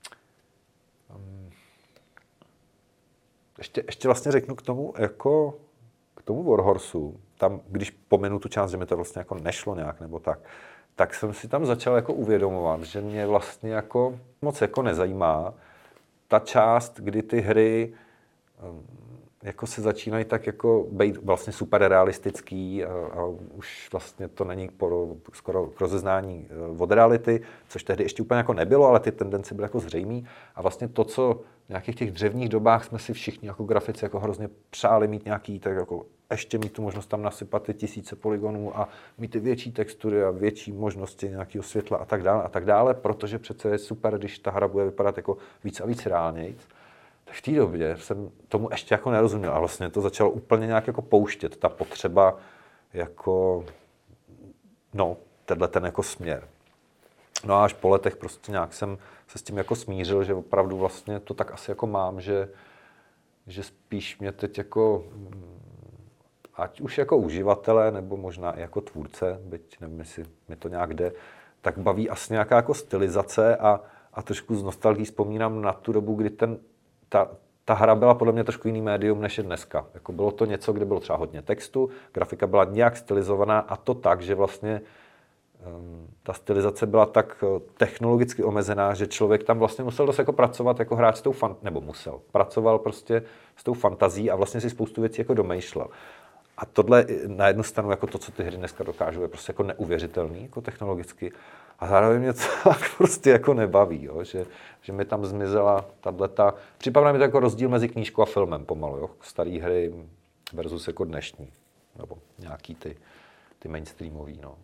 ještě vlastně řeknu k tomu Warhorseu, tam, když pominu tu část, že mi to vlastně jako nešlo nějak nebo tak jsem si tam začal jako uvědomovat, že mě vlastně jako moc jako nezajímá ta část, kdy ty hry jako se začínají tak jako být vlastně super realistický a už vlastně to není skoro k rozeznání od reality, což tehdy ještě úplně jako nebylo, ale ty tendence byly jako zřejmý. A vlastně to, co v nějakých těch dřevních dobách jsme si všichni jako grafici jako hrozně přáli mít nějaký, tak jako ještě mít tu možnost tam nasypat ty tisíce polygonů a mít ty větší textury a větší možnosti nějakého světla a tak dále, protože přece je super, když ta hra bude vypadat jako víc a víc reálnějc. Tak v té době jsem tomu ještě jako nerozuměl a vlastně to začalo úplně nějak jako pouštět, ta potřeba jako, no, ten jako směr. No a až po letech prostě nějak jsem se s tím jako smířil, že opravdu vlastně to tak asi jako mám, že spíš mě teď jako, ať už jako uživatele, nebo možná i jako tvůrce, byť nevím, jestli mi to nějak jde, tak baví asi nějaká jako stylizace a trošku z nostalgií vzpomínám na tu dobu, kdy ta hra byla podle mě trošku jiný médium, než je dneska. Jako bylo to něco, kde bylo třeba hodně textu, grafika byla nějak stylizovaná a to tak, že vlastně ta stylizace byla tak technologicky omezená, že člověk tam vlastně musel dost jako pracovat jako hráč s tou pracoval prostě s tou fantazí a vlastně si spoustu věcí jako domýšlel. A tohle na jednu stranu jako to, co ty hry dneska dokážou, je prostě jako neuvěřitelný jako technologicky. A zároveň mě to tak prostě jako nebaví, jo? Že mi tam zmizela tato. Připadá mi to jako rozdíl mezi knížkou a filmem pomalu, jo? Starý hry versus jako dnešní, nebo nějaký ty mainstreamový, no.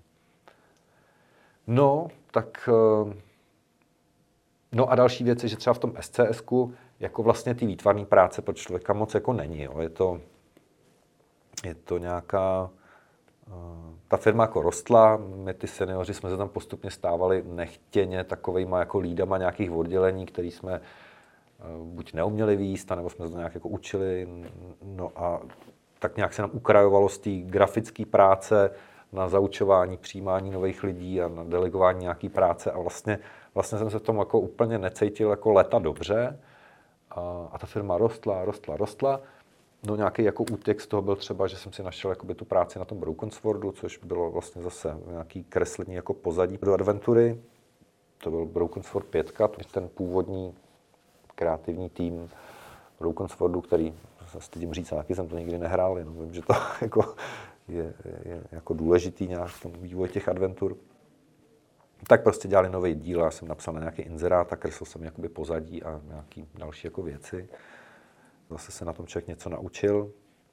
No, tak, no a další věc je, že třeba v tom SCSku jako vlastně ty výtvarné práce pro člověka moc jako není, jo? Je to nějaká, ta firma jako rostla, my ty seniori jsme se tam postupně stávali nechtěně takovejma jako lídama nějakých oddělení, který jsme buď neuměli výst, nebo jsme se to nějak jako učili, no a tak nějak se nám ukrajovalo z té grafické práce na zaučování, přijímání nových lidí a na delegování nějaký práce a vlastně jsem se v tom jako úplně necítil jako léta dobře a ta firma rostla. No nějaký jako útěk z toho byl třeba, že jsem si našel jakoby tu práci na tom Broken Swordu, což bylo vlastně zase nějaký kreslení jako pozadí do adventury. To byl Broken Sword 5, ten původní kreativní tým Broken Swordu, který se stydím říct, taky jsem to nikdy nehrál, jenom vím, že to jako je jako důležitý nějak v tom vývoji těch adventur. Tak prostě dělali nový díl, já jsem napsal na nějaký inzerát a kreslil jsem jakoby pozadí a nějaký další jako věci. Zase se na tom člověk něco naučil.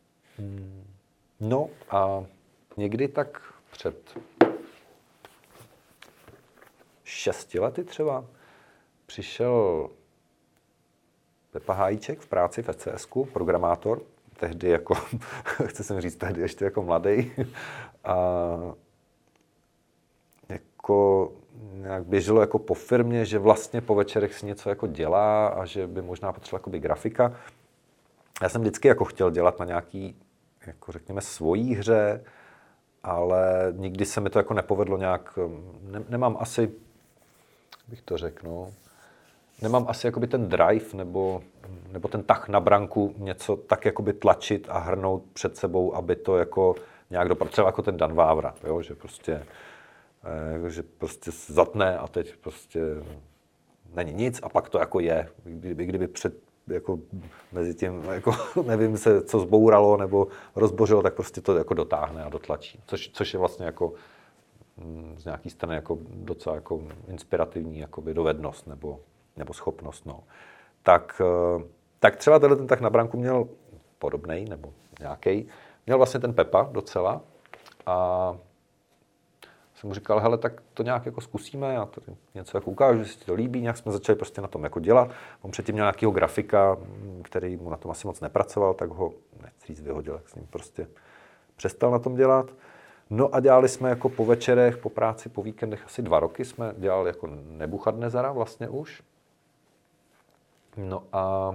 No a někdy tak před 6 lety třeba přišel Pepa Hájíček v práci v SCSku, programátor, tehdy jako, chci jsem říct, tehdy ještě jako mladý. A jako nějak běželo jako po firmě, že vlastně po večerech si něco jako dělá a že by možná potřeboval jakoby grafika. Já jsem vždycky jako chtěl dělat na nějaký, jako řekněme, svojí hře, ale nikdy se mi to jako nepovedlo nějak, nemám asi, bych to řekl, no, nemám asi jakoby ten drive nebo ten tah na branku něco tak jakoby tlačit a hrnout před sebou, aby to jako nějak dopadlo, třeba jako ten Dan Vávra, jo, že prostě zatne a teď prostě není nic a pak to jako je, kdyby před jako mezi tím, jako nevím se, co zbouralo nebo rozbořilo, tak prostě to jako dotáhne a dotlačí. Což je vlastně jako z nějaký strany jako docela jako inspirativní jakoby dovednost nebo schopnost, no. Tak třeba ten tak na branku měl podobnej nebo nějaký. Měl vlastně ten Pepa docela a jsem mu říkal, hele, tak to nějak jako zkusíme, já tady něco jako ukážu, že si to líbí, nějak jsme začali prostě na tom jako dělat. On předtím měl nějakého grafika, který mu na tom asi moc nepracoval, tak ho, nechci říct, vyhodil, jak s ním prostě přestal na tom dělat. No a dělali jsme jako po večerech, po práci, po víkendech asi 2 roky jsme dělali jako Nebuchadnezara vlastně už. No a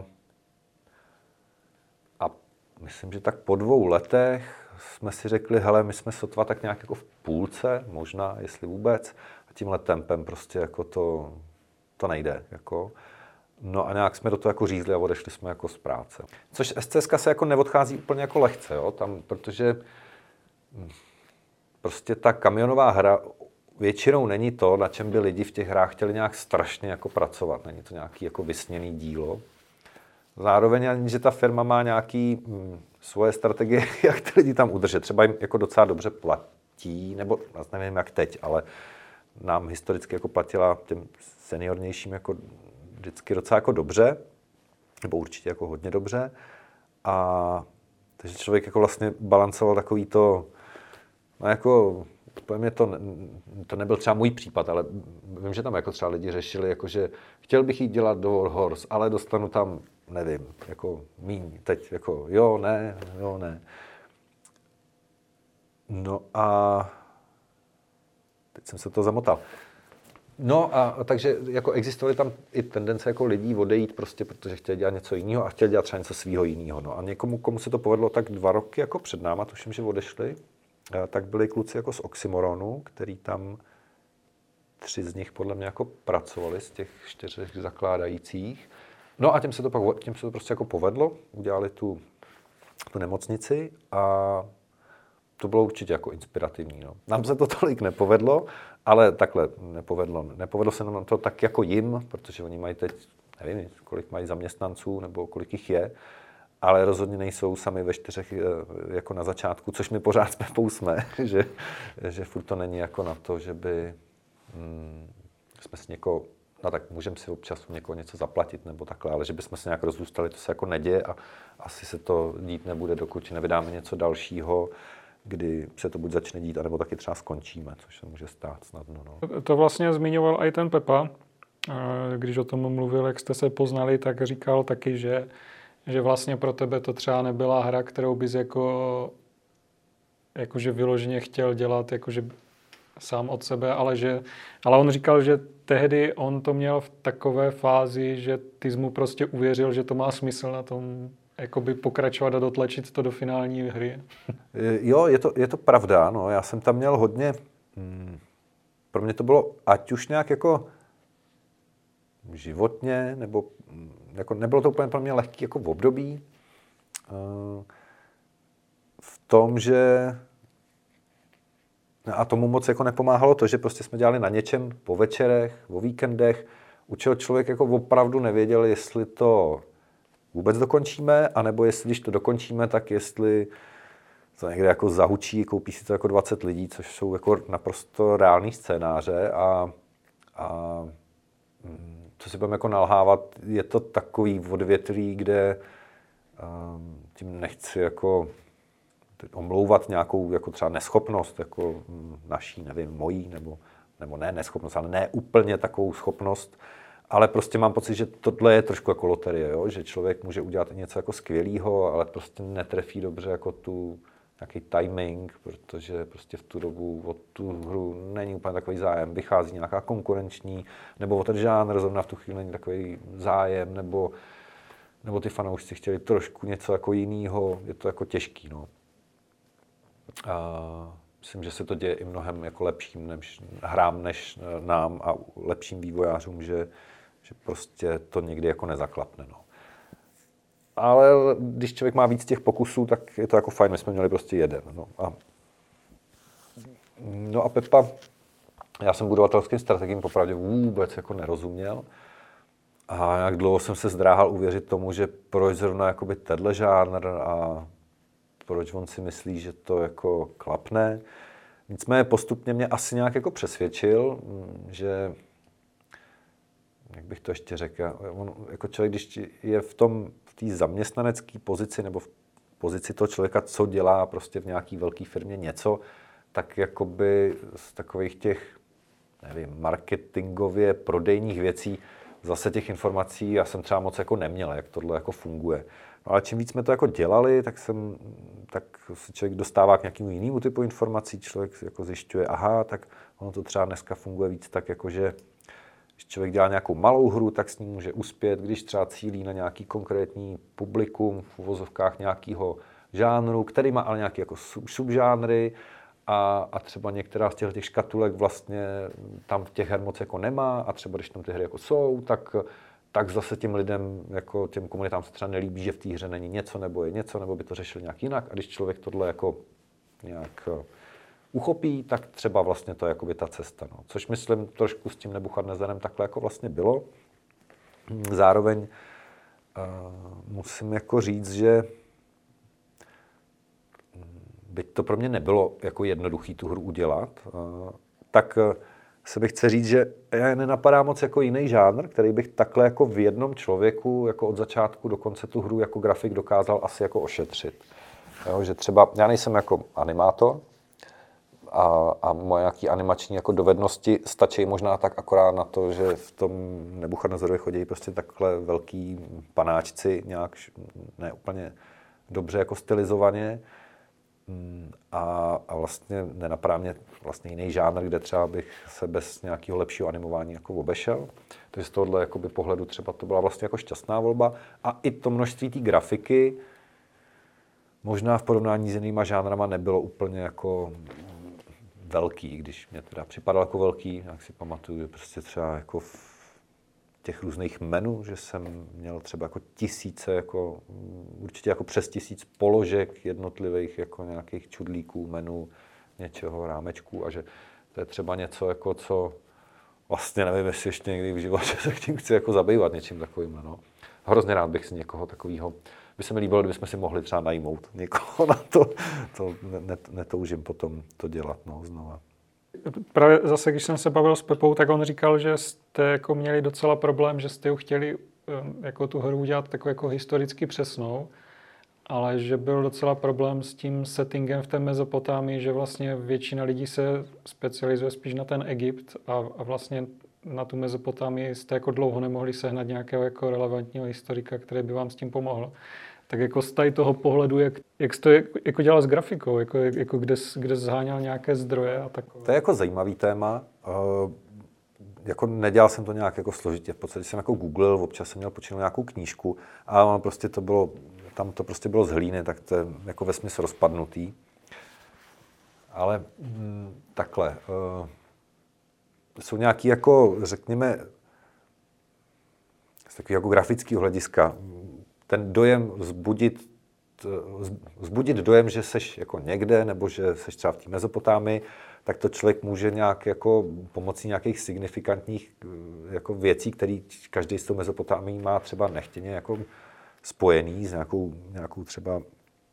myslím, že tak po 2 letech jsme si řekli, hele, my jsme sotva tak nějak jako v půlce, možná, jestli vůbec, a tímhle tempem prostě jako to nejde, jako. No a nějak jsme do toho jako řízli a odešli jsme jako z práce. Což SCSka se jako neodchází úplně jako lehce, jo, tam, protože prostě ta kamionová hra většinou není to, na čem by lidi v těch hrách chtěli nějak strašně jako pracovat, není to nějaký jako vysněný dílo. Zároveň, že ta firma má nějaký svoje strategie, jak ty lidi tam udržet. Třeba jim jako docela dobře platí, nebo nevím jak teď, ale nám historicky jako platila těm seniornějším jako vždycky docela jako dobře. nebo určitě jako hodně dobře. A takže člověk jako vlastně balancoval takový to, no jako, mě to nebyl třeba můj případ, ale vím, že tam jako třeba lidi řešili, jako že chtěl bych jít dělat do Warhorse, ale dostanu tam, nevím, jako míň, teď jako jo, ne. No a teď jsem se to zamotal. No a takže jako existovaly tam i tendence jako lidí odejít prostě, protože chtěli dělat něco jiného a chtěli dělat třeba něco svýho jiného. No a někomu, komu se to povedlo tak 2 roky jako před náma, tuším, že odešli, tak byli kluci jako z Oxymoronu, který tam 3 z nich podle mě jako pracovali z těch 4 zakládajících. No a těm se to prostě jako povedlo, udělali tu nemocnici a to bylo určitě jako inspirativní. No. Nám se to tolik nepovedlo, ale takhle nepovedlo. Nepovedlo se nám to tak jako jim, protože oni mají teď, nevím, kolik mají zaměstnanců nebo kolik jich je, ale rozhodně nejsou sami ve 4 jako na začátku, což my pořád jsme, že furt to není jako na to, že by jsme si někoho, no tak můžeme si občas někoho něco zaplatit nebo takhle, ale že bychom se nějak rozrůstali, to se jako neděje a asi se to dít nebude, dokud nevydáme něco dalšího, kdy se to buď začne dít, anebo taky třeba skončíme, což se může stát snadno. No. To vlastně zmiňoval i ten Pepa, když o tom mluvil, jak jste se poznali, tak říkal taky, že vlastně pro tebe to třeba nebyla hra, kterou bys jakože vyloženě chtěl dělat, jakože sám od sebe, ale on říkal, že tehdy on to měl v takové fázi, že ty jsi mu prostě uvěřil, že to má smysl na tom jakoby pokračovat a dotlačit to do finální hry. Jo, je to pravda, no. Já jsem tam měl hodně, pro mě to bylo ať už nějak jako životně, nebo jako nebylo to úplně pro mě lehký jako v období, v tom, že a tomu moc jako nepomáhalo to, že prostě jsme dělali na něčem po večerech, o víkendech, u čeho člověk jako opravdu nevěděl, jestli to vůbec dokončíme, anebo jestli, když to dokončíme, tak jestli to někde jako zahučí, koupí si to jako 20 lidí, což jsou jako naprosto reální scénáře a co si budeme jako nalhávat, je to takový odvětví, kde tím nechci jako omlouvat nějakou jako třeba neschopnost, jako naší, nevím, mojí, nebo ne neschopnost, ale ne úplně takovou schopnost, ale prostě mám pocit, že tohle je trošku jako loterie, jo? Že člověk může udělat něco jako skvělýho, ale prostě netrefí dobře jako nějaký timing, protože prostě v tu dobu o tu hru není úplně takový zájem, vychází nějaká konkurenční, nebo o ten žánr zrovna v tu chvíli není takový zájem, nebo ty fanoušci chtěli trošku něco jako jinýho, je to jako těžký, no. Myslím, že se to děje i mnohem jako lepším hrám než nám a lepším vývojářům, že prostě to někdy jako nezaklapne. No. Ale když člověk má víc těch pokusů, tak je to jako fajn, my jsme měli prostě jeden. No a Pepa, já jsem budovatelským strategiím popravdě vůbec jako nerozuměl. A jak dlouho jsem se zdráhal uvěřit tomu, že proč zrovna jakoby tenhle žánr a proč on si myslí, že to jako klapne. Nicméně postupně mě asi nějak jako přesvědčil, že, jak bych to ještě řekl, on, jako člověk, když je v té zaměstnanecké pozici nebo v pozici toho člověka, co dělá prostě v nějaké velké firmě něco, tak jakoby z takových těch, nevím, marketingově prodejních věcí zase těch informací já jsem třeba moc jako neměl, jak tohle jako funguje. No ale čím víc jsme to jako dělali, tak se člověk dostává k nějakému jinému typu informací, člověk jako zjišťuje, aha, tak ono to třeba dneska funguje víc tak jako, že když člověk dělá nějakou malou hru, tak s ní může uspět, když třeba cílí na nějaký konkrétní publikum v uvozovkách nějakého žánru, který má ale nějaké jako subžánry a třeba některá z těch škatulek vlastně tam těch her moc jako nemá a třeba když tam ty hry jako jsou, tak zase těm lidem, jako těm komunitám se třeba nelíbí, že v té hře není něco, nebo je něco, nebo by to řešil nějak jinak. A když člověk tohle jako nějak uchopí, tak třeba vlastně to je jakoby ta cesta. No. Což myslím trošku s tím Nebuchadnezzarem takhle jako vlastně bylo. Zároveň musím jako říct, že byť to pro mě nebylo jako jednoduchý tu hru udělat, tak se bych chce říct, že já nenapadá moc jako jiný žánr, který bych takhle jako v jednom člověku, jako od začátku do konce tu hru jako grafik dokázal asi jako ošetřit. Jo, že třeba, já nejsem jako animátor a moje nějaký animační jako dovednosti stačí možná tak akorát na to, že v tom Nebuchadnezzorovi chodí prostě takhle velký panáčci, nějak ne úplně dobře jako stylizovaně. A vlastně nenapadá mě vlastně jiný žánr, kde třeba bych se bez nějakého lepšího animování jako obešel. Takže z tohohle jakoby pohledu třeba to byla vlastně jako šťastná volba. A i to množství té grafiky možná v porovnání s jinýma žánrama nebylo úplně jako velký, když mě teda připadal jako velký, jak si pamatuju, prostě třeba jako v těch různých menů, že jsem měl třeba jako tisíce, jako, určitě jako přes 1000 položek jednotlivých jako nějakých čudlíků, menů, něčeho, rámečků a že to je třeba něco, jako co vlastně nevím, jestli ještě někdy v životě se tím chci jako zabývat něčím takovým. No. Hrozně rád bych si někoho takového, by se mi líbilo, kdybychom si mohli třeba najmout někoho na to netoužím potom to dělat znova. Právě zase, když jsem se bavil s Pepou, tak on říkal, že jste jako měli docela problém, že jste ju chtěli jako tu hru udělat takovou jako historicky přesnou, ale že byl docela problém s tím settingem v té Mezopotámii, že vlastně většina lidí se specializuje spíš na ten Egypt a vlastně na tu Mezopotámii jste jako dlouho nemohli sehnat nějakého jako relevantního historika, který by vám s tím pomohl. Tak jako z toho pohledu, jak jste jako dělal s grafikou, jako kde zháněl nějaké zdroje a takové. To je jako zajímavý téma. Jako nedělal jsem to nějak jako složitě. V podstatě jsem jako googlil, občas jsem měl počítat nějakou knížku a prostě to bylo, tam to prostě bylo z hlíny, tak to je jako vesměs rozpadnutý. Ale takhle. Jsou nějaký jako, řekněme, z takového jako grafického hlediska, ten dojem vzbudit dojem, že seš jako někde, nebo že seš třeba v té Mezopotámii, tak to člověk může nějak jako pomocí nějakých signifikantních jako věcí, které každý z tou Mezopotámií má třeba nechtěně jako spojený s nějakou třeba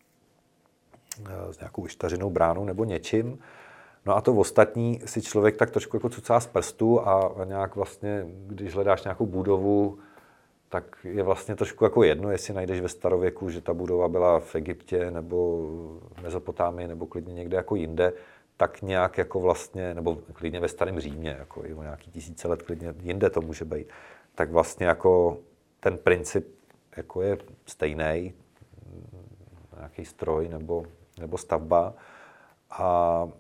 s nějakou Ištařinou bránou nebo něčím. No a to ostatní si člověk tak trošku jako cucá z prstu a nějak vlastně, když hledáš nějakou budovu, tak je vlastně trošku jako jedno, jestli najdeš ve starověku, že ta budova byla v Egyptě nebo v Mezopotámii nebo klidně někde jako jinde, tak nějak jako vlastně, nebo klidně ve starém Římě, jako i o nějaký 1000 let klidně jinde to může být, tak vlastně jako ten princip jako je stejný, nějaký stroj nebo stavba. A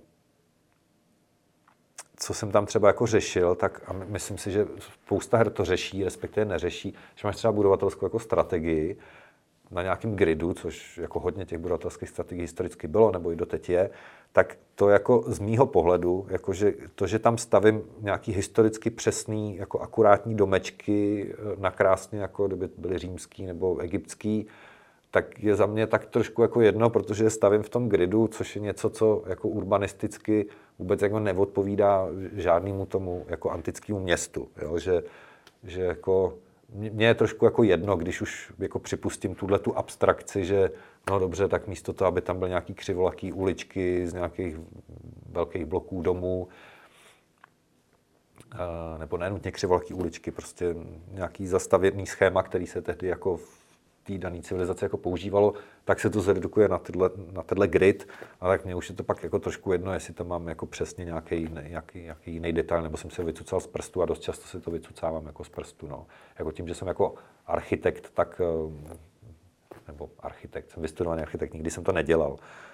co jsem tam třeba jako řešil, tak a myslím si, že spousta her to řeší, respektive neřeší, že máš třeba budovatelskou jako strategii na nějakém gridu, což jako hodně těch budovatelských strategií historicky bylo, nebo i doteď je, tak to jako z mýho pohledu, jakože to, že tam stavím nějaký historicky přesný, jako akurátní domečky, nakrásně, jako kdyby byly římský nebo egyptský, tak je za mě tak trošku jako jedno, protože je stavím v tom gridu, což je něco, co jako urbanisticky vůbec jako neodpovídá žádnému tomu jako antickému městu. Jo? Že jako mně je trošku jako jedno, když už jako připustím tu abstrakci, že no dobře, tak místo toho, aby tam byly nějaký křivolaký uličky z nějakých velkých bloků domů, nebo nenutně křivolaký uličky, prostě nějaký zastavěný schéma, který se tehdy jako v té dané civilizaci jako používalo, tak se to zredukuje na tenhle grid, a tak mně už je to pak jako trošku jedno, jestli tam mám jako přesně nějaký jiný detail, nebo jsem se vycucal z prstu a dost často si to vycucávám jako z prstu. No. Jako tím, že jsem jako architekt, jsem vystudovaný architekt, nikdy jsem to nedělal,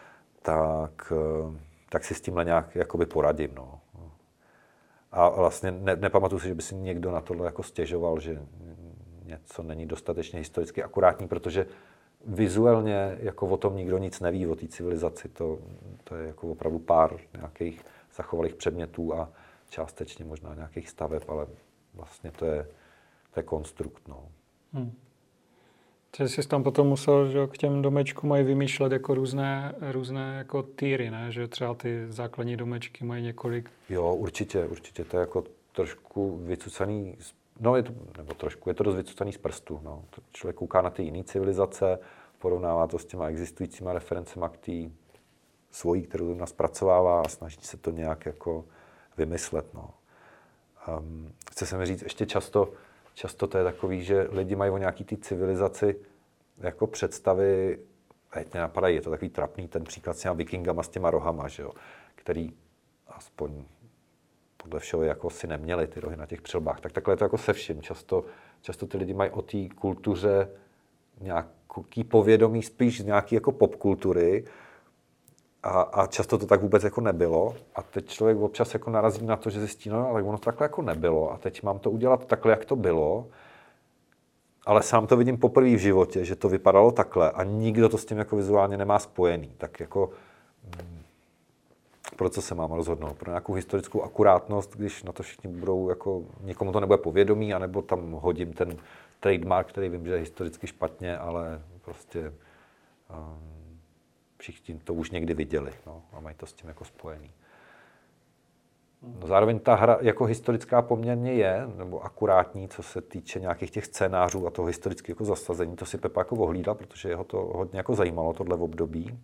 tak si s tímhle nějak jakoby poradím. No. A vlastně nepamatuju si, že by si někdo na tohle jako stěžoval, že něco není dostatečně historicky akurátní, protože vizuálně jako o tom nikdo nic neví, o té civilizaci. To je jako opravdu pár nějakých zachovalých předmětů a částečně možná nějakých staveb, ale vlastně to je konstrukt. No. Takže jsi tam potom musel, že k těm domečkům mají vymýšlet jako různé jako týry, ne? Že třeba ty základní domečky mají několik. Jo, určitě. To je jako trošku vycucaný. No, je to dost vycucaný z prstu. No. Člověk kouká na ty jiné civilizace, porovnává to s těma existujícíma referencema k té svojí, kterou nás zpracovává a snaží se to nějak jako vymyslet. No. Chce se mi říct, ještě často to je takový, že lidi mají o nějaký ty civilizaci jako představy, teď mě napadají, je to takový trapný ten příklad s těma vikingama, s těma rohama, že jo, který aspoň podle všeho jako si neměli ty rohy na těch přilbách. Tak takhle je to jako se vším. Často ty lidi mají o té kultuře nějaký povědomí spíš z nějaký jako popkultury a často to tak vůbec jako nebylo. A teď člověk občas jako narazí na to, že zjistí, no tak ono to takhle jako nebylo a teď mám to udělat takhle, jak to bylo. Ale sám to vidím poprvé v životě, že to vypadalo takhle a nikdo to s tím jako vizuálně nemá spojený. Tak jako pro co se mám rozhodnout? Pro nějakou historickou akurátnost, když na to všichni budou jako, nikomu to nebude povědomí, anebo tam hodím ten trademark, který vím, že je historicky špatně, ale prostě všichni to už někdy viděli, no, a mají to s tím jako spojený. No, zároveň ta hra jako historická poměrně je, nebo akurátní, co se týče nějakých těch scénářů a toho historického jako zasazení, to si Pepa jako ohlídal, protože jeho to hodně jako zajímalo, tohle období.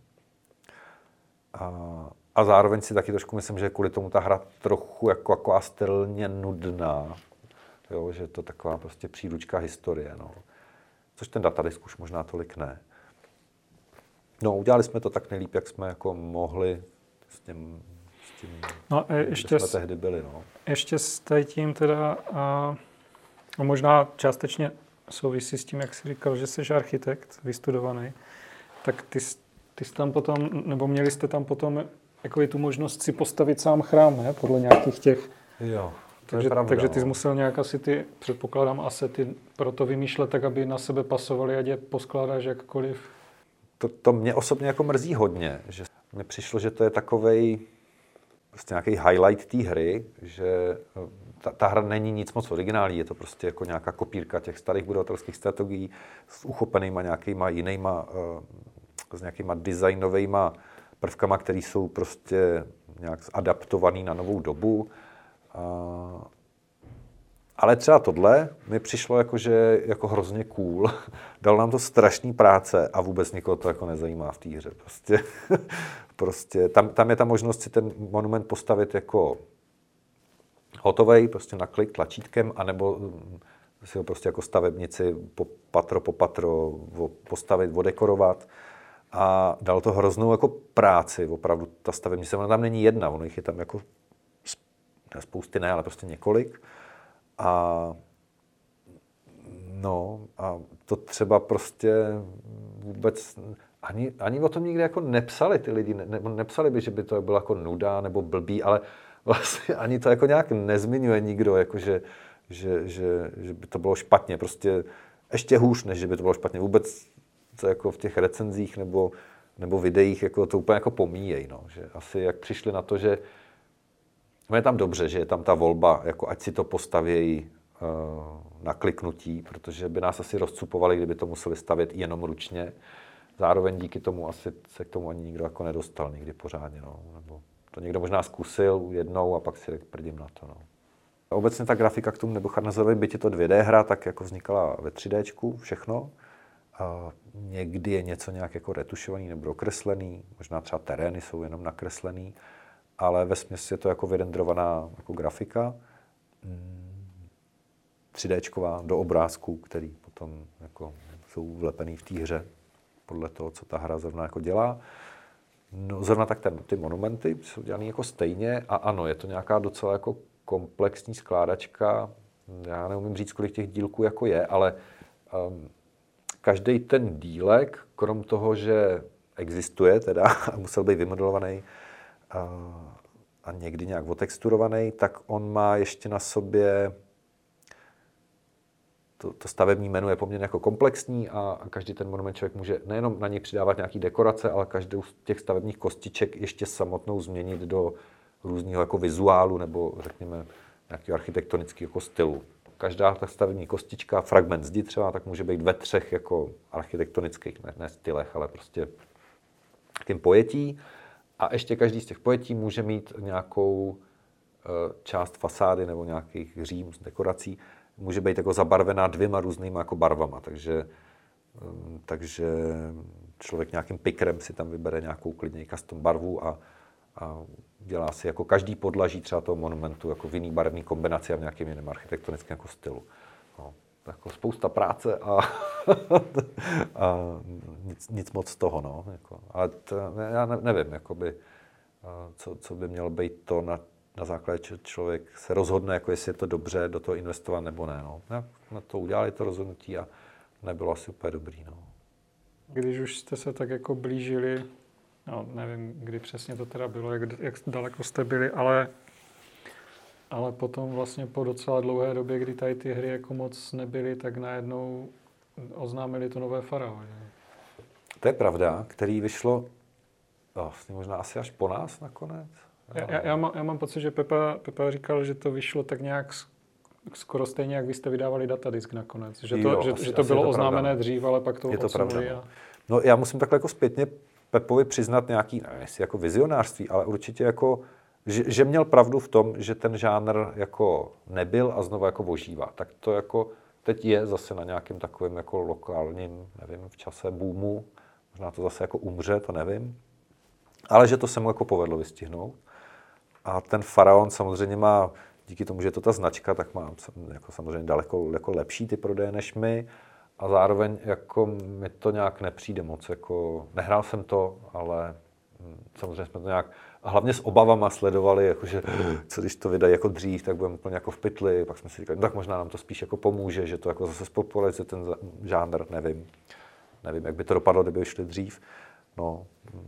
A zároveň si taky trošku myslím, že je kvůli tomu ta hra trochu jako sterilně nudná. Jo, že je to taková prostě příručka historie. No. Což ten datadisk už možná tolik ne. No, udělali jsme to tak nejlíp, jak jsme jako mohli s tím no, ještě jsme tehdy byli. No. Ještě s tím teda, a možná částečně souvisí s tím, jak jsi říkal, že jsi architekt vystudovaný, tak ty jsi tam potom, nebo měli jste tam potom jako tu možnost si postavit sám chrám, ne? Podle nějakých těch... Jo, takže ty jsi musel nějak asi ty, předpokládám, asety pro to vymýšlet tak, aby na sebe pasovaly, ať je poskládáš jakkoliv. To mě osobně jako mrzí hodně, že mně přišlo, že to je takovej prostě nějaký highlight té hry, že ta hra není nic moc originální, je to prostě jako nějaká kopírka těch starých budovatelských strategií s uchopenýma nějakýma jinýma, s nějakýma designovejma prvkama, které jsou prostě nějak adaptovaný na novou dobu. Ale třeba tohle mi přišlo jako, že jako hrozně cool. Dal nám to strašný práce a vůbec nikoho to jako nezajímá v té hře. Prostě tam je ta možnost si ten monument postavit jako hotovej, prostě na klik tlačítkem, anebo si ho prostě jako stavebnici po patro postavit, odekorovat. A dal to hroznou jako práci, opravdu ta stavebnice, ona tam není jedna, ono jich je tam jako spousty ne, ale prostě několik. A to třeba prostě vůbec ani o tom nikdy jako nepsali ty lidi, nepsali by, že by to bylo jako nuda nebo blbý, ale vlastně ani to jako nějak nezmiňuje nikdo, jako že by to bylo špatně, prostě ještě hůř, než že by to bylo špatně. Vůbec to jako v těch recenzích nebo videích jako to úplně jako pomíjejí, no, že asi jak přišli na to, že je tam dobře, že je tam ta volba, jako ať si to postavějí na kliknutí, protože by nás asi rozcupovali, kdyby to museli stavět jenom ručně. Zároveň díky tomu asi se k tomu ani nikdo jako nedostal nikdy pořádně. No. Nebo to někdo možná zkusil jednou a pak si řekl, prdím na to. No. Obecně ta grafika k tomu Nebuchadnezzorovi, byť je to 2D hra, tak jako vznikala ve 3Dčku všechno. A někdy je něco nějak jako retušovaný nebo dokreslený, možná třeba terény jsou jenom nakreslený, ale vesměs je to jako vyrendrovaná jako grafika, 3Dčková do obrázků, který potom jako jsou vlepený v té hře podle toho, co ta hra zrovna jako dělá. No, zrovna tak ty monumenty jsou dělané jako stejně a ano, je to nějaká docela jako komplexní skládačka. Já neumím říct, kolik těch dílků jako je, ale každý ten dílek, krom toho, že existuje teda a musel být vymodelovaný a někdy nějak otexturovaný, tak on má ještě na sobě to stavební menu je poměrně jako komplexní a každý ten monument člověk může nejenom na něj přidávat nějaký dekorace, ale každou z těch stavebních kostiček ještě samotnou změnit do různého jako vizuálu nebo řekněme nějakého architektonického jako stylu. Každá ta stavební kostička, fragment zdi třeba, tak může být ve 3 jako architektonických, ne stylech, ale prostě tím pojetí. A ještě každý z těch pojetí může mít nějakou část fasády nebo nějakých řím z dekorací, může být jako zabarvená 2 různýma jako barvama, takže člověk nějakým pikrem si tam vybere nějakou klidně custom barvu a a dělá si jako každý podlaží třeba toho monumentu jako v jiný barevný kombinaci a v nějakém jiném architektonickém jako stylu. No, jako spousta práce a, a nic moc z toho, no. Jako, ale já nevím, jakoby, co by mělo být to, na základě člověk se rozhodne, jako jestli je to dobře do toho investovat nebo ne. No. Na to udělali to rozhodnutí a nebylo asi úplně dobrý. No. Když už jste se tak jako blížili, no, nevím, kdy přesně to teda bylo, jak daleko jste byli, ale potom vlastně po docela dlouhé době, kdy tady ty hry jako moc nebyly, tak najednou oznámili to nové Farao. Že? To je pravda, který vyšlo vlastně možná asi až po nás nakonec. Já mám pocit, že Pepa říkal, že to vyšlo tak nějak skoro stejně, jak vy jste vydávali datadisk nakonec. Že to bylo oznámené dřív, ale pak to odsunuli. No já musím takhle jako zpětně Pepovi přiznat nějaký, nevím, jestli jako vizionářství, ale určitě jako, že měl pravdu v tom, že ten žánr jako nebyl a znovu jako ožívá. Tak to jako teď je zase na nějakém takovém jako lokálním, nevím, v čase boomu. Možná to zase jako umře, to nevím. Ale že to se mu jako povedlo vystihnout. A ten Faraon samozřejmě má, díky tomu, že je to ta značka, tak má jako samozřejmě daleko jako lepší ty prodeje než my. A zároveň jako mi to nějak nepřijde moc, jako nehrál jsem to, ale samozřejmě jsme to nějak, a hlavně s obavama sledovali, jakože co když to vydají jako dřív, tak budeme úplně jako v pytli, pak jsme si říkali, no tak možná nám to spíš jako pomůže, že to jako zase spopularizuje ten žánr, nevím, jak by to dopadlo, kdyby šli dřív. No,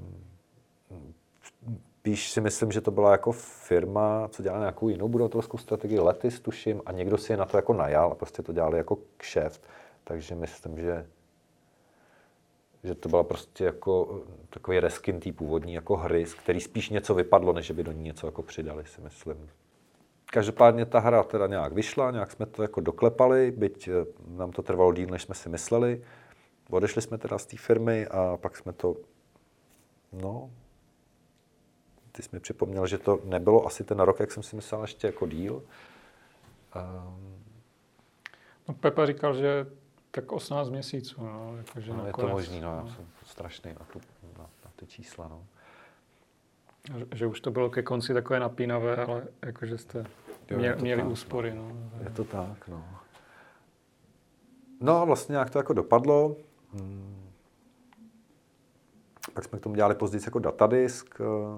spíš si myslím, že to byla jako firma, co dělala nějakou jinou budovatelskou strategii, Letis tuším, a někdo si je na to jako najal a prostě to dělali jako kšeft. Takže myslím, že to byla prostě jako takový reskin té původní jako hry, z který spíš něco vypadlo, než by do ní něco jako přidali, si myslím. Každopádně ta hra teda nějak vyšla, nějak jsme to jako doklepali, byť nám to trvalo díl, než jsme si mysleli. Odešli jsme teda z té firmy a pak jsme to, no, ty jsi mi připomněl, že to nebylo asi ten rok, jak jsem si myslel, ještě jako díl. No, Pepa říkal, že tak 18 měsíců, no, jakože no, je to možný, no, já jsem strašný na ty čísla, no. Že už to bylo ke konci takové napínavé, ale jakože jste měli úspory, no. Je to tak, no. No, vlastně nějak to jako dopadlo. Pak jsme k tomu dělali později jako datadisk,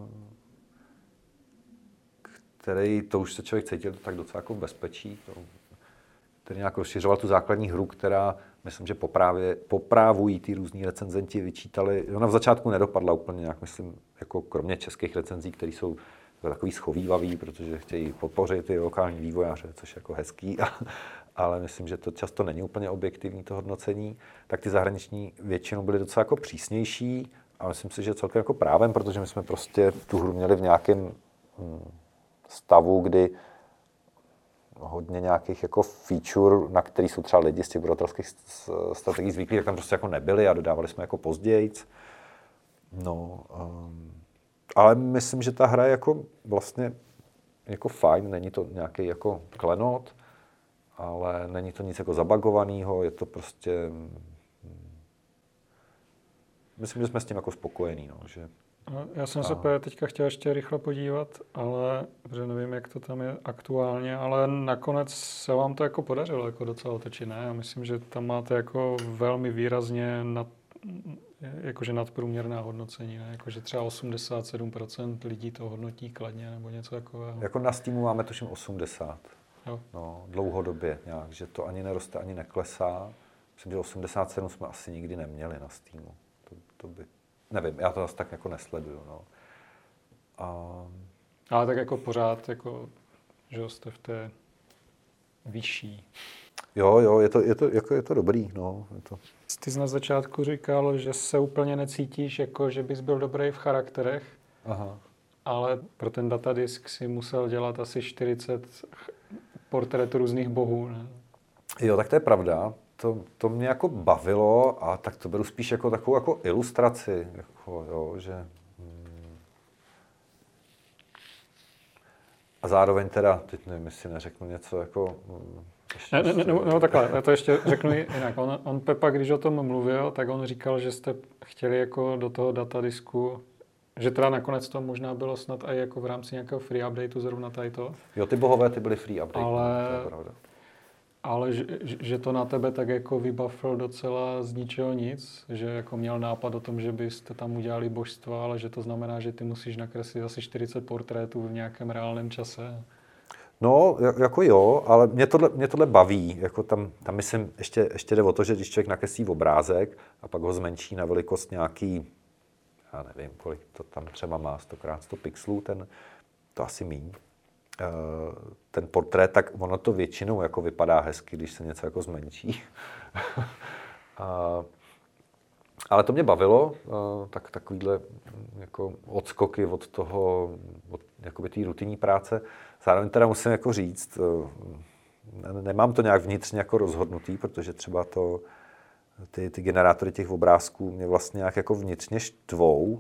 který, to už se člověk cítil tak docela jako v bezpečí, který nějak rozšiřoval tu základní hru, která, myslím, že poprávují ty různí recenzenti, vyčítali. Ona v začátku nedopadla úplně nějak, myslím, jako kromě českých recenzí, které jsou takový schovívavý, protože chtějí podpořit ty lokální vývojáře, což je jako hezký, ale myslím, že to často není úplně objektivní to hodnocení, tak ty zahraniční většinou byly docela jako přísnější a myslím si, že celkem jako právem, protože my jsme prostě tu hru měli v nějakém stavu, kdy hodně nějakých jako feature, na který jsou třeba lidi z těch budovatelských strategií zvyklí, tak tam prostě jako nebyli a dodávali jsme jako pozdějc. No, ale myslím, že ta hra je jako vlastně jako fajn, není to nějaký jako klenot, ale není to nic jako zabagovaného, je to prostě, myslím, že jsme s tím jako spokojení, no, že já jsem se teďka chtěl ještě rychle podívat, ale protože nevím, jak to tam je aktuálně, ale nakonec se vám to jako podařilo jako docela otočit, ne? Já myslím, že tam máte jako velmi výrazně jakože nadprůměrná hodnocení, ne? Jakože třeba 87% lidí to hodnotí kladně nebo něco takového. Jako na Steamu máme tuším 80. Jo. No, dlouhodobě nějak, že to ani neroste, ani neklesá. Myslím, že 87 jsme asi nikdy neměli na Steamu. To by... Nevím, já to zase tak jako nesleduju, no. Ale tak jako pořád, jako, že jste v té vyšší. Jo, je to dobrý, no. Ty jsi na začátku říkal, že se úplně necítíš, jako že bys byl dobrý v charakterech. Aha. Ale pro ten datadisk si musel dělat asi 40 portrétů různých bohů, ne? Jo, tak to je pravda. To mě jako bavilo a tak to beru spíš jako takovou jako ilustraci, jako, jo, že... A zároveň teda, teď nevím, jestli neřeknu něco jako... No takhle, já to ještě řeknu jinak. On Pepa, když o tom mluvil, tak on říkal, že jste chtěli jako do toho datadisku Že teda nakonec to možná bylo snad i jako v rámci nějakého free updateu zrovna tady to. Jo, ty bohové, ty byly free update. Ale, to je pravda. ale že to na tebe tak jako vybafl docela z ničeho nic, že jako měl nápad o tom, že byste tam udělali božstva, ale že to znamená, že ty musíš nakreslit asi 40 portrétů v nějakém reálném čase. No, jako jo, ale mě tohle baví. Jako tam myslím, ještě jde o to, že když člověk nakreslí obrázek a pak ho zmenší na velikost nějaký, já nevím, kolik to tam třeba má, 100x100 pixelů, to asi míň. Ten portrét, tak ono to většinou jako vypadá hezky, když se něco jako zmenší. Ale to mě bavilo, takovýhle jako odskoky od toho, od jakoby té rutinní práce. Zároveň teda musím jako říct, nemám to nějak vnitřně jako rozhodnutý, protože třeba ty generátory těch obrázků mě vlastně nějak jako vnitřně štvou.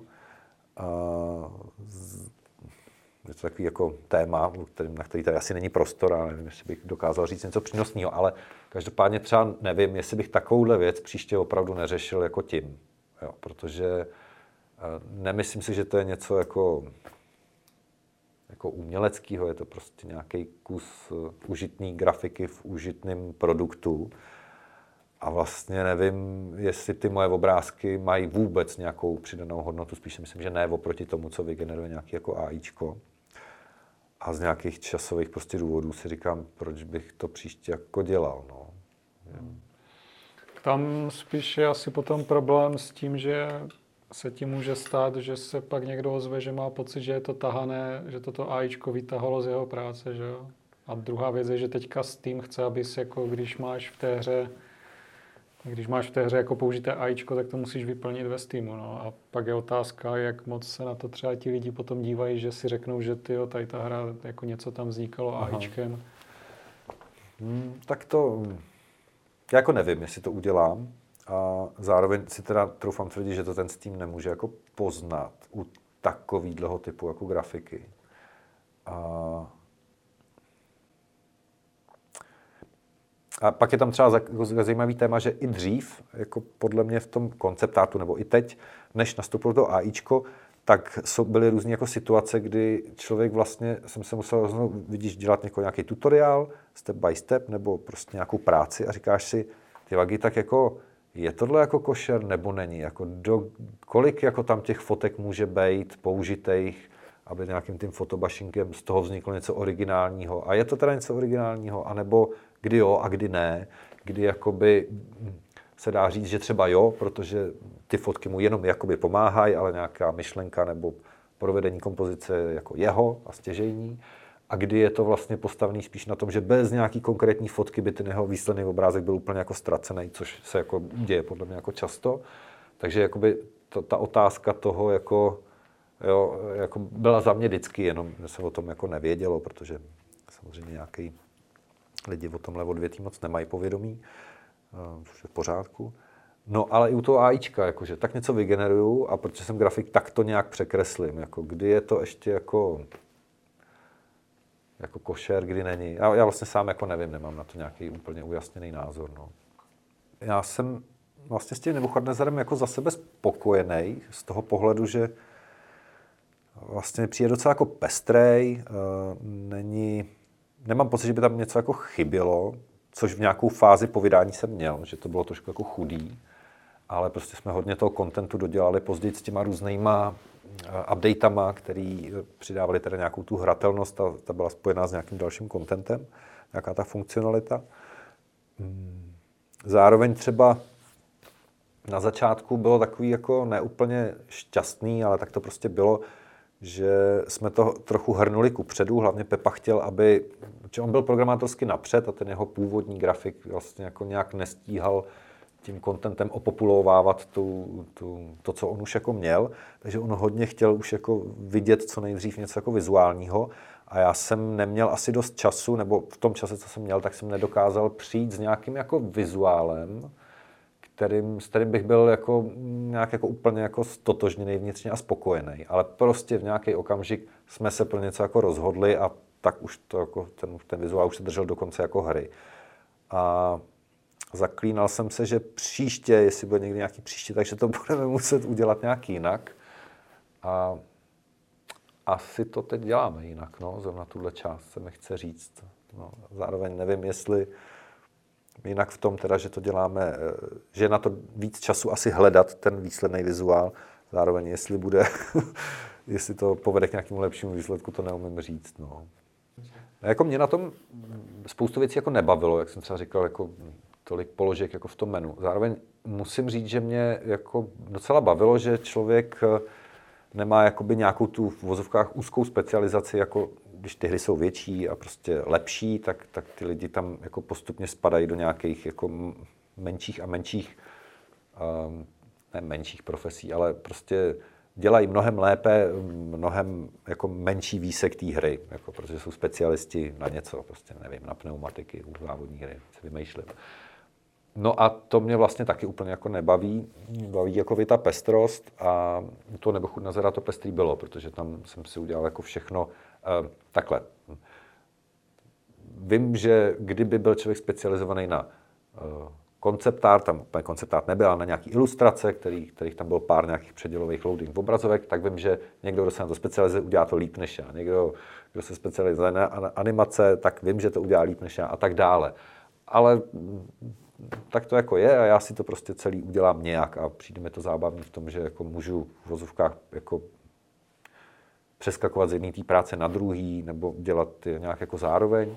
Je to takový jako téma, na který tady asi není prostor, ale nevím, jestli bych dokázal říct něco přínosného, ale každopádně třeba nevím, jestli bych takovouhle věc příště opravdu neřešil jako tím, jo, protože nemyslím si, že to je něco jako uměleckého, je to prostě nějaký kus užitný grafiky v užitném produktu a vlastně nevím, jestli ty moje obrázky mají vůbec nějakou přidanou hodnotu, spíš si myslím, že ne oproti tomu, co vygeneruje nějaký jako AIčko. A z nějakých časových prostě důvodů si říkám, proč bych to příště jako dělal, no. Tam spíš je asi potom problém s tím, že se ti může stát, že se pak někdo ozve, že má pocit, že je to tahané, že toto AIčko vytahalo z jeho práce, že jo. A druhá věc je, že teďka Steam chce, abys jako, když máš v té hře jako použité AIčko, tak to musíš vyplnit ve Steamu, no. A pak je otázka, jak moc se na to třeba ti lidi potom dívají, že si řeknou, že tyjo, tady ta hra, jako něco tam vznikalo AIčkem. Tak to, já jako nevím, jestli to udělám. A zároveň si teda troufám tvrdit, že to ten Steam nemůže jako poznat u takovýhleho typu jako grafiky. A pak je tam třeba zajímavý téma, že i dřív, jako podle mě v tom konceptátu, nebo i teď, než nastoupilo to AIčko, tak byly různé jako situace, kdy člověk vlastně, jsem se musel rozhodnout, vidíš, dělat nějaký tutoriál, step by step, nebo prostě nějakou práci a říkáš si, ty Vagi, tak jako je tohle jako košer, nebo není? Jako kolik jako tam těch fotek může být použitých, aby nějakým tím fotobašinkem z toho vzniklo něco originálního? A je to teda něco originálního? A nebo kdy jo a kdy ne? Kdy jakoby se dá říct, že třeba jo, protože ty fotky mu jenom jakoby pomáhají, ale nějaká myšlenka nebo provedení kompozice je jako jeho a stěžejní. A kdy je to vlastně postavený spíš na tom, že bez nějaký konkrétní fotky by ten jeho výsledný obrázek byl úplně jako ztracený, což se jako děje podle mě jako často. Takže jakoby ta otázka toho jako, jo, jako byla za mě vždycky, jenom se o tom jako nevědělo, protože samozřejmě nějaký lidi o tomhle odvětví moc nemají povědomí, což je v pořádku. No ale i u toho AIčka, jakože tak něco vygeneruju a protože jsem grafik, tak to nějak překreslím. Jako kdy je to ještě jako košer, kdy není. Já vlastně sám jako nevím, nemám na to nějaký úplně ujasněný názor. No. Já jsem vlastně s tím Nebuchadnezzarem jako za sebe spokojený z toho pohledu, že vlastně přijde docela jako pestrej, nemám pocit, že by tam něco jako chybělo, což v nějakou fázi po vydání jsem měl, že to bylo trošku jako chudý, ale prostě jsme hodně toho contentu dodělali později s těma různýma updatama, který přidávali teda nějakou tu hratelnost a ta byla spojená s nějakým dalším contentem, nějaká ta funkcionalita. Zároveň třeba na začátku bylo takový jako neúplně šťastný, ale tak to prostě bylo, že jsme to trochu hrnuli kupředu, hlavně Pepa chtěl, že on byl programátorsky napřed a ten jeho původní grafik vlastně jako nějak nestíhal tím contentem opopulovávat to, co on už jako měl, takže on hodně chtěl už jako vidět co nejdřív něco jako vizuálního a já jsem neměl asi dost času, nebo v tom čase, co jsem měl, tak jsem nedokázal přijít s nějakým jako vizuálem, s kterým bych byl jako nějak jako úplně jako stotožněný vnitřně a spokojený. Ale prostě v nějaký okamžik jsme se pro něco jako rozhodli a tak už to jako ten vizuál už se držel do konce jako hry. A zaklínal jsem se, že příště, jestli bude někdy nějaký příště, takže to budeme muset udělat nějak jinak. A asi to teď děláme jinak, no, zrovna tuhle část se mi chce říct. No, zároveň nevím, jestli jinak v tom teda, že to děláme, že je na to víc času asi hledat ten výsledný vizuál, zároveň jestli bude, jestli to povede k nějakému lepšímu výsledku, to neumím říct, no. A jako mě na tom spoustu věcí jako nebavilo, jak jsem třeba říkal, jako tolik položek jako v tom menu. Zároveň musím říct, že mě jako docela bavilo, že člověk nemá jakoby nějakou tu v vozovkách úzkou specializaci, jako když ty hry jsou větší a prostě lepší, tak ty lidi tam jako postupně spadají do nějakých jako menších a menších, ne menších profesí, ale prostě dělají mnohem lépe, mnohem jako menší výsek té hry, jako protože jsou specialisti na něco, prostě nevím, na pneumatiky, u závodní hry, si vymýšlím. No a to mě vlastně taky úplně jako nebaví. Baví jako ta pestrost a to Nebochutná zrada to pestrý bylo, protože tam jsem si udělal jako všechno takhle. Vím, že kdyby byl člověk specializovaný na konceptát, tam úplně konceptát nebyl, ale na nějaký ilustrace, kterých tam bylo pár nějakých předělových loading obrazovek, tak vím, že někdo, kdo se na to specializuje, udělá to líp než já. Někdo, kdo se specializuje na animace, tak vím, že to udělá líp než já a tak dále. Ale tak to jako je a já si to prostě celý udělám nějak a přijde mi to zábavný v tom, že jako můžu v vozovkách jako přeskakovat z jedné té práce na druhý nebo dělat je nějak jako zároveň.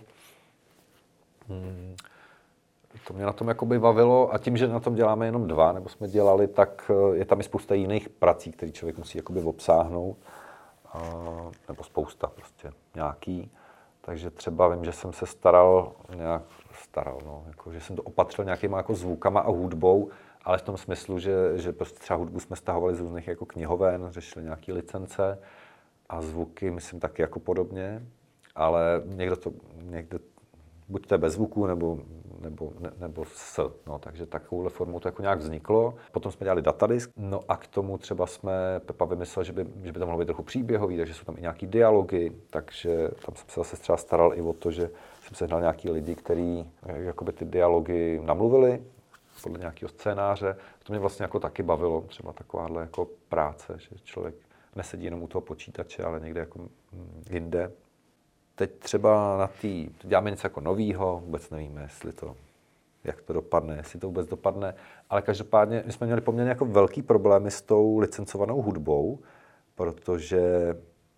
To mě na tom jakoby bavilo a tím, že na tom děláme jenom 2, nebo jsme dělali, tak je tam i spousta jiných prací, které člověk musí jakoby obsáhnout, nebo spousta prostě nějaký. Takže třeba vím, že jsem se staral, no, jako, že jsem to opatřil nějakýma jako zvukama a hudbou, ale v tom smyslu, že prostě třeba hudbu jsme stahovali z různých jako knihoven, řešili nějaké licence a zvuky, myslím, taky jako podobně, ale někde buď to je bez zvuku, nebo s. No, takže takovouhle formou to jako nějak vzniklo. Potom jsme dělali datadisk, no a k tomu třeba Pepa vymyslel, že by to mohlo být trochu příběhový, takže jsou tam i nějaký dialogy, takže tam jsem se zase třeba staral i o to, že jsem sehnal nějaký lidi, kteří jakoby ty dialogy namluvili podle nějakého scénáře. To mě vlastně jako taky bavilo, třeba takováhle jako práce, že člověk nesedí jenom u toho počítače, ale někde jako jinde. Teď třeba děláme něco jako novýho, vůbec nevíme, jak to dopadne, jestli to vůbec dopadne, ale každopádně my jsme měli poměrně jako velký problémy s tou licencovanou hudbou, protože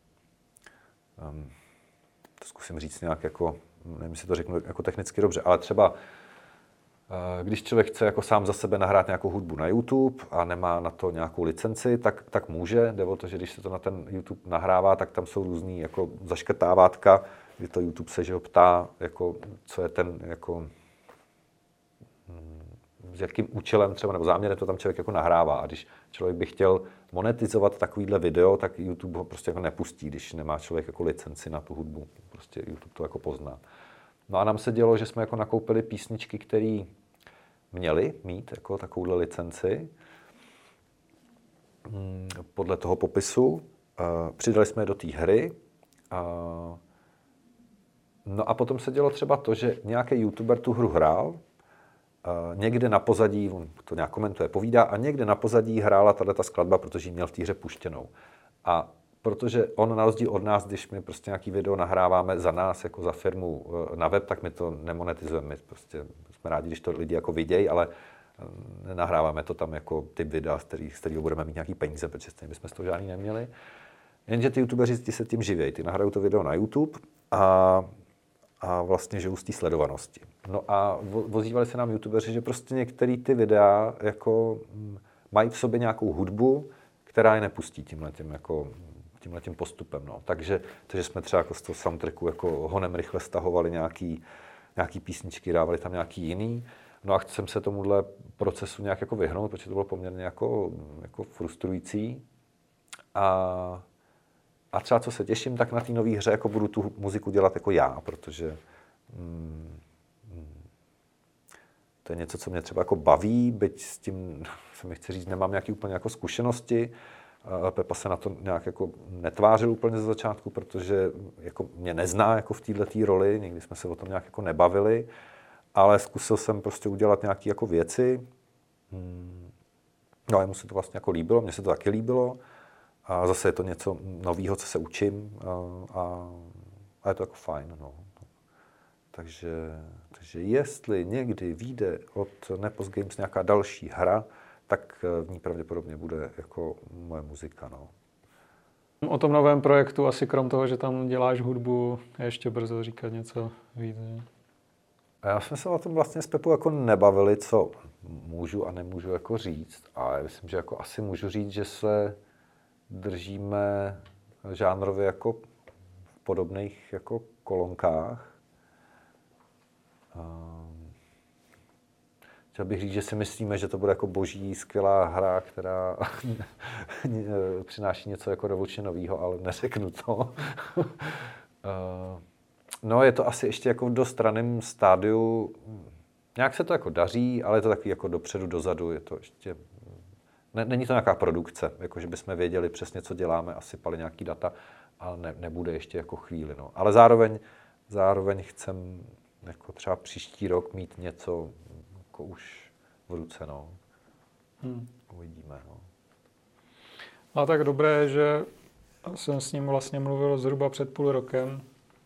to zkusím říct nějak jako, nevím, jestli to řeknu jako technicky dobře, ale třeba když člověk chce jako sám za sebe nahrát nějakou hudbu na YouTube a nemá na to nějakou licenci, tak může. Jde o to, že když se to na ten YouTube nahrává, tak tam jsou různý jako zaškrtávátka, kdy to YouTube se že ho ptá, jako, co je ten, jako, s jakým účelem třeba, nebo záměrem to tam člověk jako nahrává. A když člověk by chtěl monetizovat takovýhle video, tak YouTube ho prostě jako nepustí, když nemá člověk jako licenci na tu hudbu. Prostě YouTube to jako pozná. No a nám se dělo, že jsme jako nakoupili písničky, které měli mít jako takovouhle licenci podle toho popisu. Přidali jsme je do té hry. No a potom se dělo třeba to, že nějaký YouTuber tu hru hrál, někde na pozadí, on to nějak komentuje, povídá, a někde na pozadí hrála tato skladba, protože ji měl v té hře puštěnou. A protože on na rozdíl od nás, když my prostě nějaký video nahráváme za nás, jako za firmu na web, tak my to nemonetizujeme. My prostě jsme rádi, když to lidi jako vidějí, ale nenahráváme to tam jako typ videa, z kterého budeme mít nějaký peníze, protože stejně bychom z toho žádný neměli. Jenže ty youtubeři ti se tím živějí. Ty nahrajou to video na YouTube a vlastně žijou z té sledovanosti. No a vozívali se nám youtubeři, že prostě některé ty videa jako mají v sobě nějakou hudbu, která je nepustí tímhletím postupem. No. Takže jsme třeba jako z toho soundtracku jako honem rychle stahovali nějaký písničky, dávali tam nějaký jiný. No a jsem se tomuhle procesu nějak jako vyhnout, protože to bylo poměrně jako frustrující. A třeba co se těším, tak na té nové hře jako budu tu muziku dělat jako já, protože to je něco, co mě třeba jako baví, byť s tím, se mi chce říct, nemám nějaký úplně jako zkušenosti. Pepa se na to nějak jako netvářil úplně ze začátku, protože jako mě nezná jako v této roli, nikdy jsme se o tom nějak jako nebavili, ale zkusil jsem prostě udělat nějaké jako věci. No a jemu se to vlastně jako líbilo, mně se to taky líbilo. A zase je to něco nového, co se učím a je to jako fajn. No. Takže jestli někdy vyjde od Nepos Games nějaká další hra, tak v ní pravděpodobně bude jako moje muzika. No. O tom novém projektu asi krom toho, že tam děláš hudbu, je ještě brzo říkat něco víc. A já jsme se o tom vlastně s Pepou jako nebavili, co můžu a nemůžu jako říct. A já myslím, že jako asi můžu říct, že se držíme žánrově jako v podobných jako kolonkách. Chtěl bych říct, že si myslíme, že to bude jako boží, skvělá hra, která přináší něco jako revolučně novýho, ale neřeknu to. No, je to asi ještě jako v dost raném stádiu. Nějak se to jako daří, ale je to takový jako dopředu, dozadu. Je to ještě... Není to nějaká produkce, jako že bychom věděli přesně, co děláme a sypali nějaký data, ale nebude ještě jako chvíli. No. Ale zároveň chcem jako třeba příští rok mít něco jako už v ruce. No. Uvidíme. No. A tak dobré, že jsem s ním vlastně mluvil zhruba před půl rokem.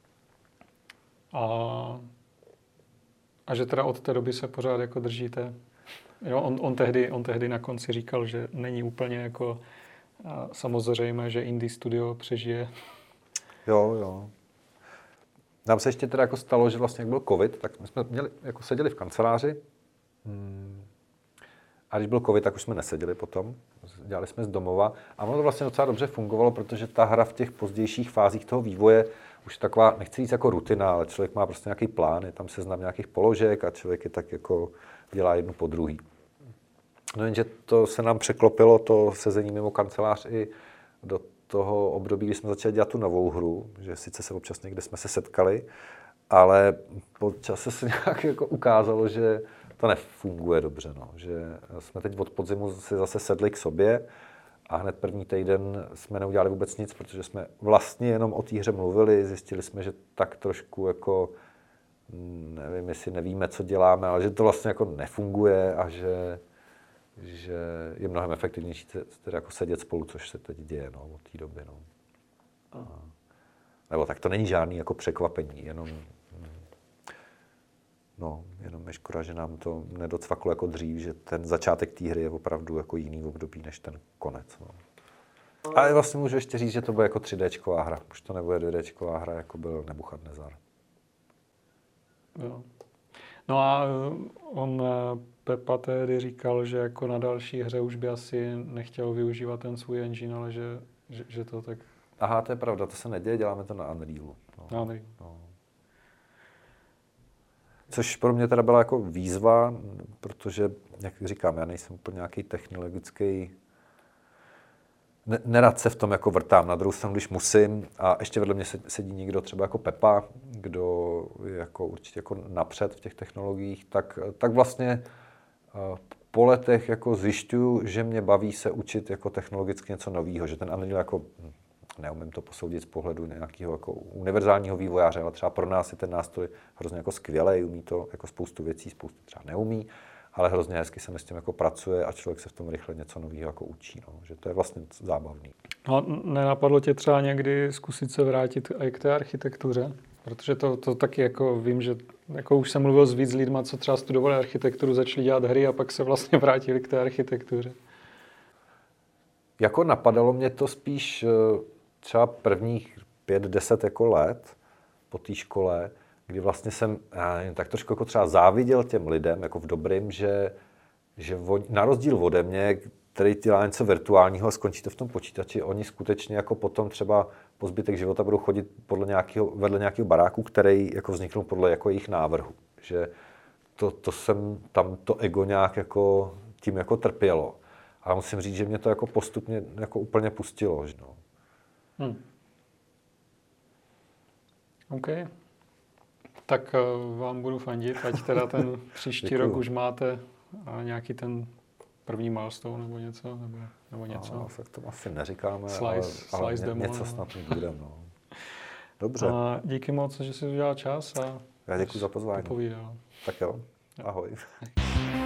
A že teda od té doby se pořád jako držíte. Jo, on tehdy na konci říkal, že není úplně jako samozřejmé, že indie studio přežije. Jo. Nám se ještě teda jako stalo, že vlastně jak byl covid, tak my jsme jako seděli v kanceláři. A když byl covid, tak už jsme neseděli potom. Dělali jsme z domova. A ono to vlastně docela dobře fungovalo, protože ta hra v těch pozdějších fázích toho vývoje už taková, nechci říct jako rutina, ale člověk má prostě nějaký plán, je tam seznam nějakých položek a člověk je tak jako dělá jednu po druhý. No jenže to se nám překlopilo, to sezení mimo kancelář i do toho období, kdy jsme začali dělat tu novou hru, že sice se občas někde jsme se setkali, ale po čase se nějak jako ukázalo, že to nefunguje dobře, no. Že jsme teď od podzimu si zase sedli k sobě a hned první týden jsme neudělali vůbec nic, protože jsme vlastně jenom o té hře mluvili, zjistili jsme, že tak trošku jako, nevím, jestli nevíme, co děláme, ale že to vlastně jako nefunguje a že je mnohem efektivnější tedy jako sedět spolu, což se teď děje, no, od té doby, no. Nebo tak to není žádný jako překvapení, jenom je škoda, že nám to nedocvaklo jako dřív, že ten začátek té hry je opravdu jako jiný období než ten konec. No. Ale vlastně můžu ještě říct, že to bude jako 3Dčková hra. Už to nebude 2Dčková hra, jako byl Nebuchadnezzar. Jo. No a Pepa tehdy říkal, že jako na další hře už by asi nechtěl využívat ten svůj engine, ale že to tak... Aha, to je pravda, to se neděje, děláme to na Unrealu. No. Na Unreal. No. Což pro mě teda byla jako výzva, protože, jak říkám, já nejsem úplně nějaký technologický... Nerad se v tom jako vrtám, na druhou stranu, když musím, a ještě vedle mě sedí někdo třeba jako Pepa, kdo je jako určitě jako napřed v těch technologiích, tak vlastně po letech jako zjišťuju, že mě baví se učit jako technologicky něco nového, že ten Unreal jako, neumím to posoudit z pohledu nějakého jako univerzálního vývojáře, ale třeba pro nás je ten nástroj hrozně jako skvělý, umí to jako spoustu věcí, spoustu třeba neumí, ale hrozně hezky se mi s tím jako pracuje a člověk se v tom rychle něco nového jako učí, no. Že to je vlastně zábavný. No, nenapadlo tě třeba někdy zkusit se vrátit i k té architektuře? Protože to taky jako vím, že jako už jsem mluvil s víc lidma, co třeba studovali architekturu, začali dělat hry a pak se vlastně vrátili k té architektuře. Jako napadalo mě to spíš třeba prvních 5-10 jako let po té škole, kdy vlastně jsem, já nevím, tak trošku jako třeba záviděl těm lidem, jako v dobrým, že na rozdíl ode mě, který dělá něco virtuálního a skončí to v tom počítači, oni skutečně jako potom třeba po zbytek života budou chodit vedle nějakého baráku, který jako vzniknul podle jako jejich návrhu. Že to jsem tam to ego nějak jako tím jako trpělo. A musím říct, že mě to jako postupně jako úplně pustilo. No. OK. Tak vám budu fandit, ať teda ten příští rok už máte nějaký ten první milestone nebo něco, nebo něco. No, tak to asi neříkáme, ale demo, něco snad mít budeme. No. Dobře. Díky moc, že jsi udělal čas a já děkuji za pozvání. popovídal. Tak jo, ahoj.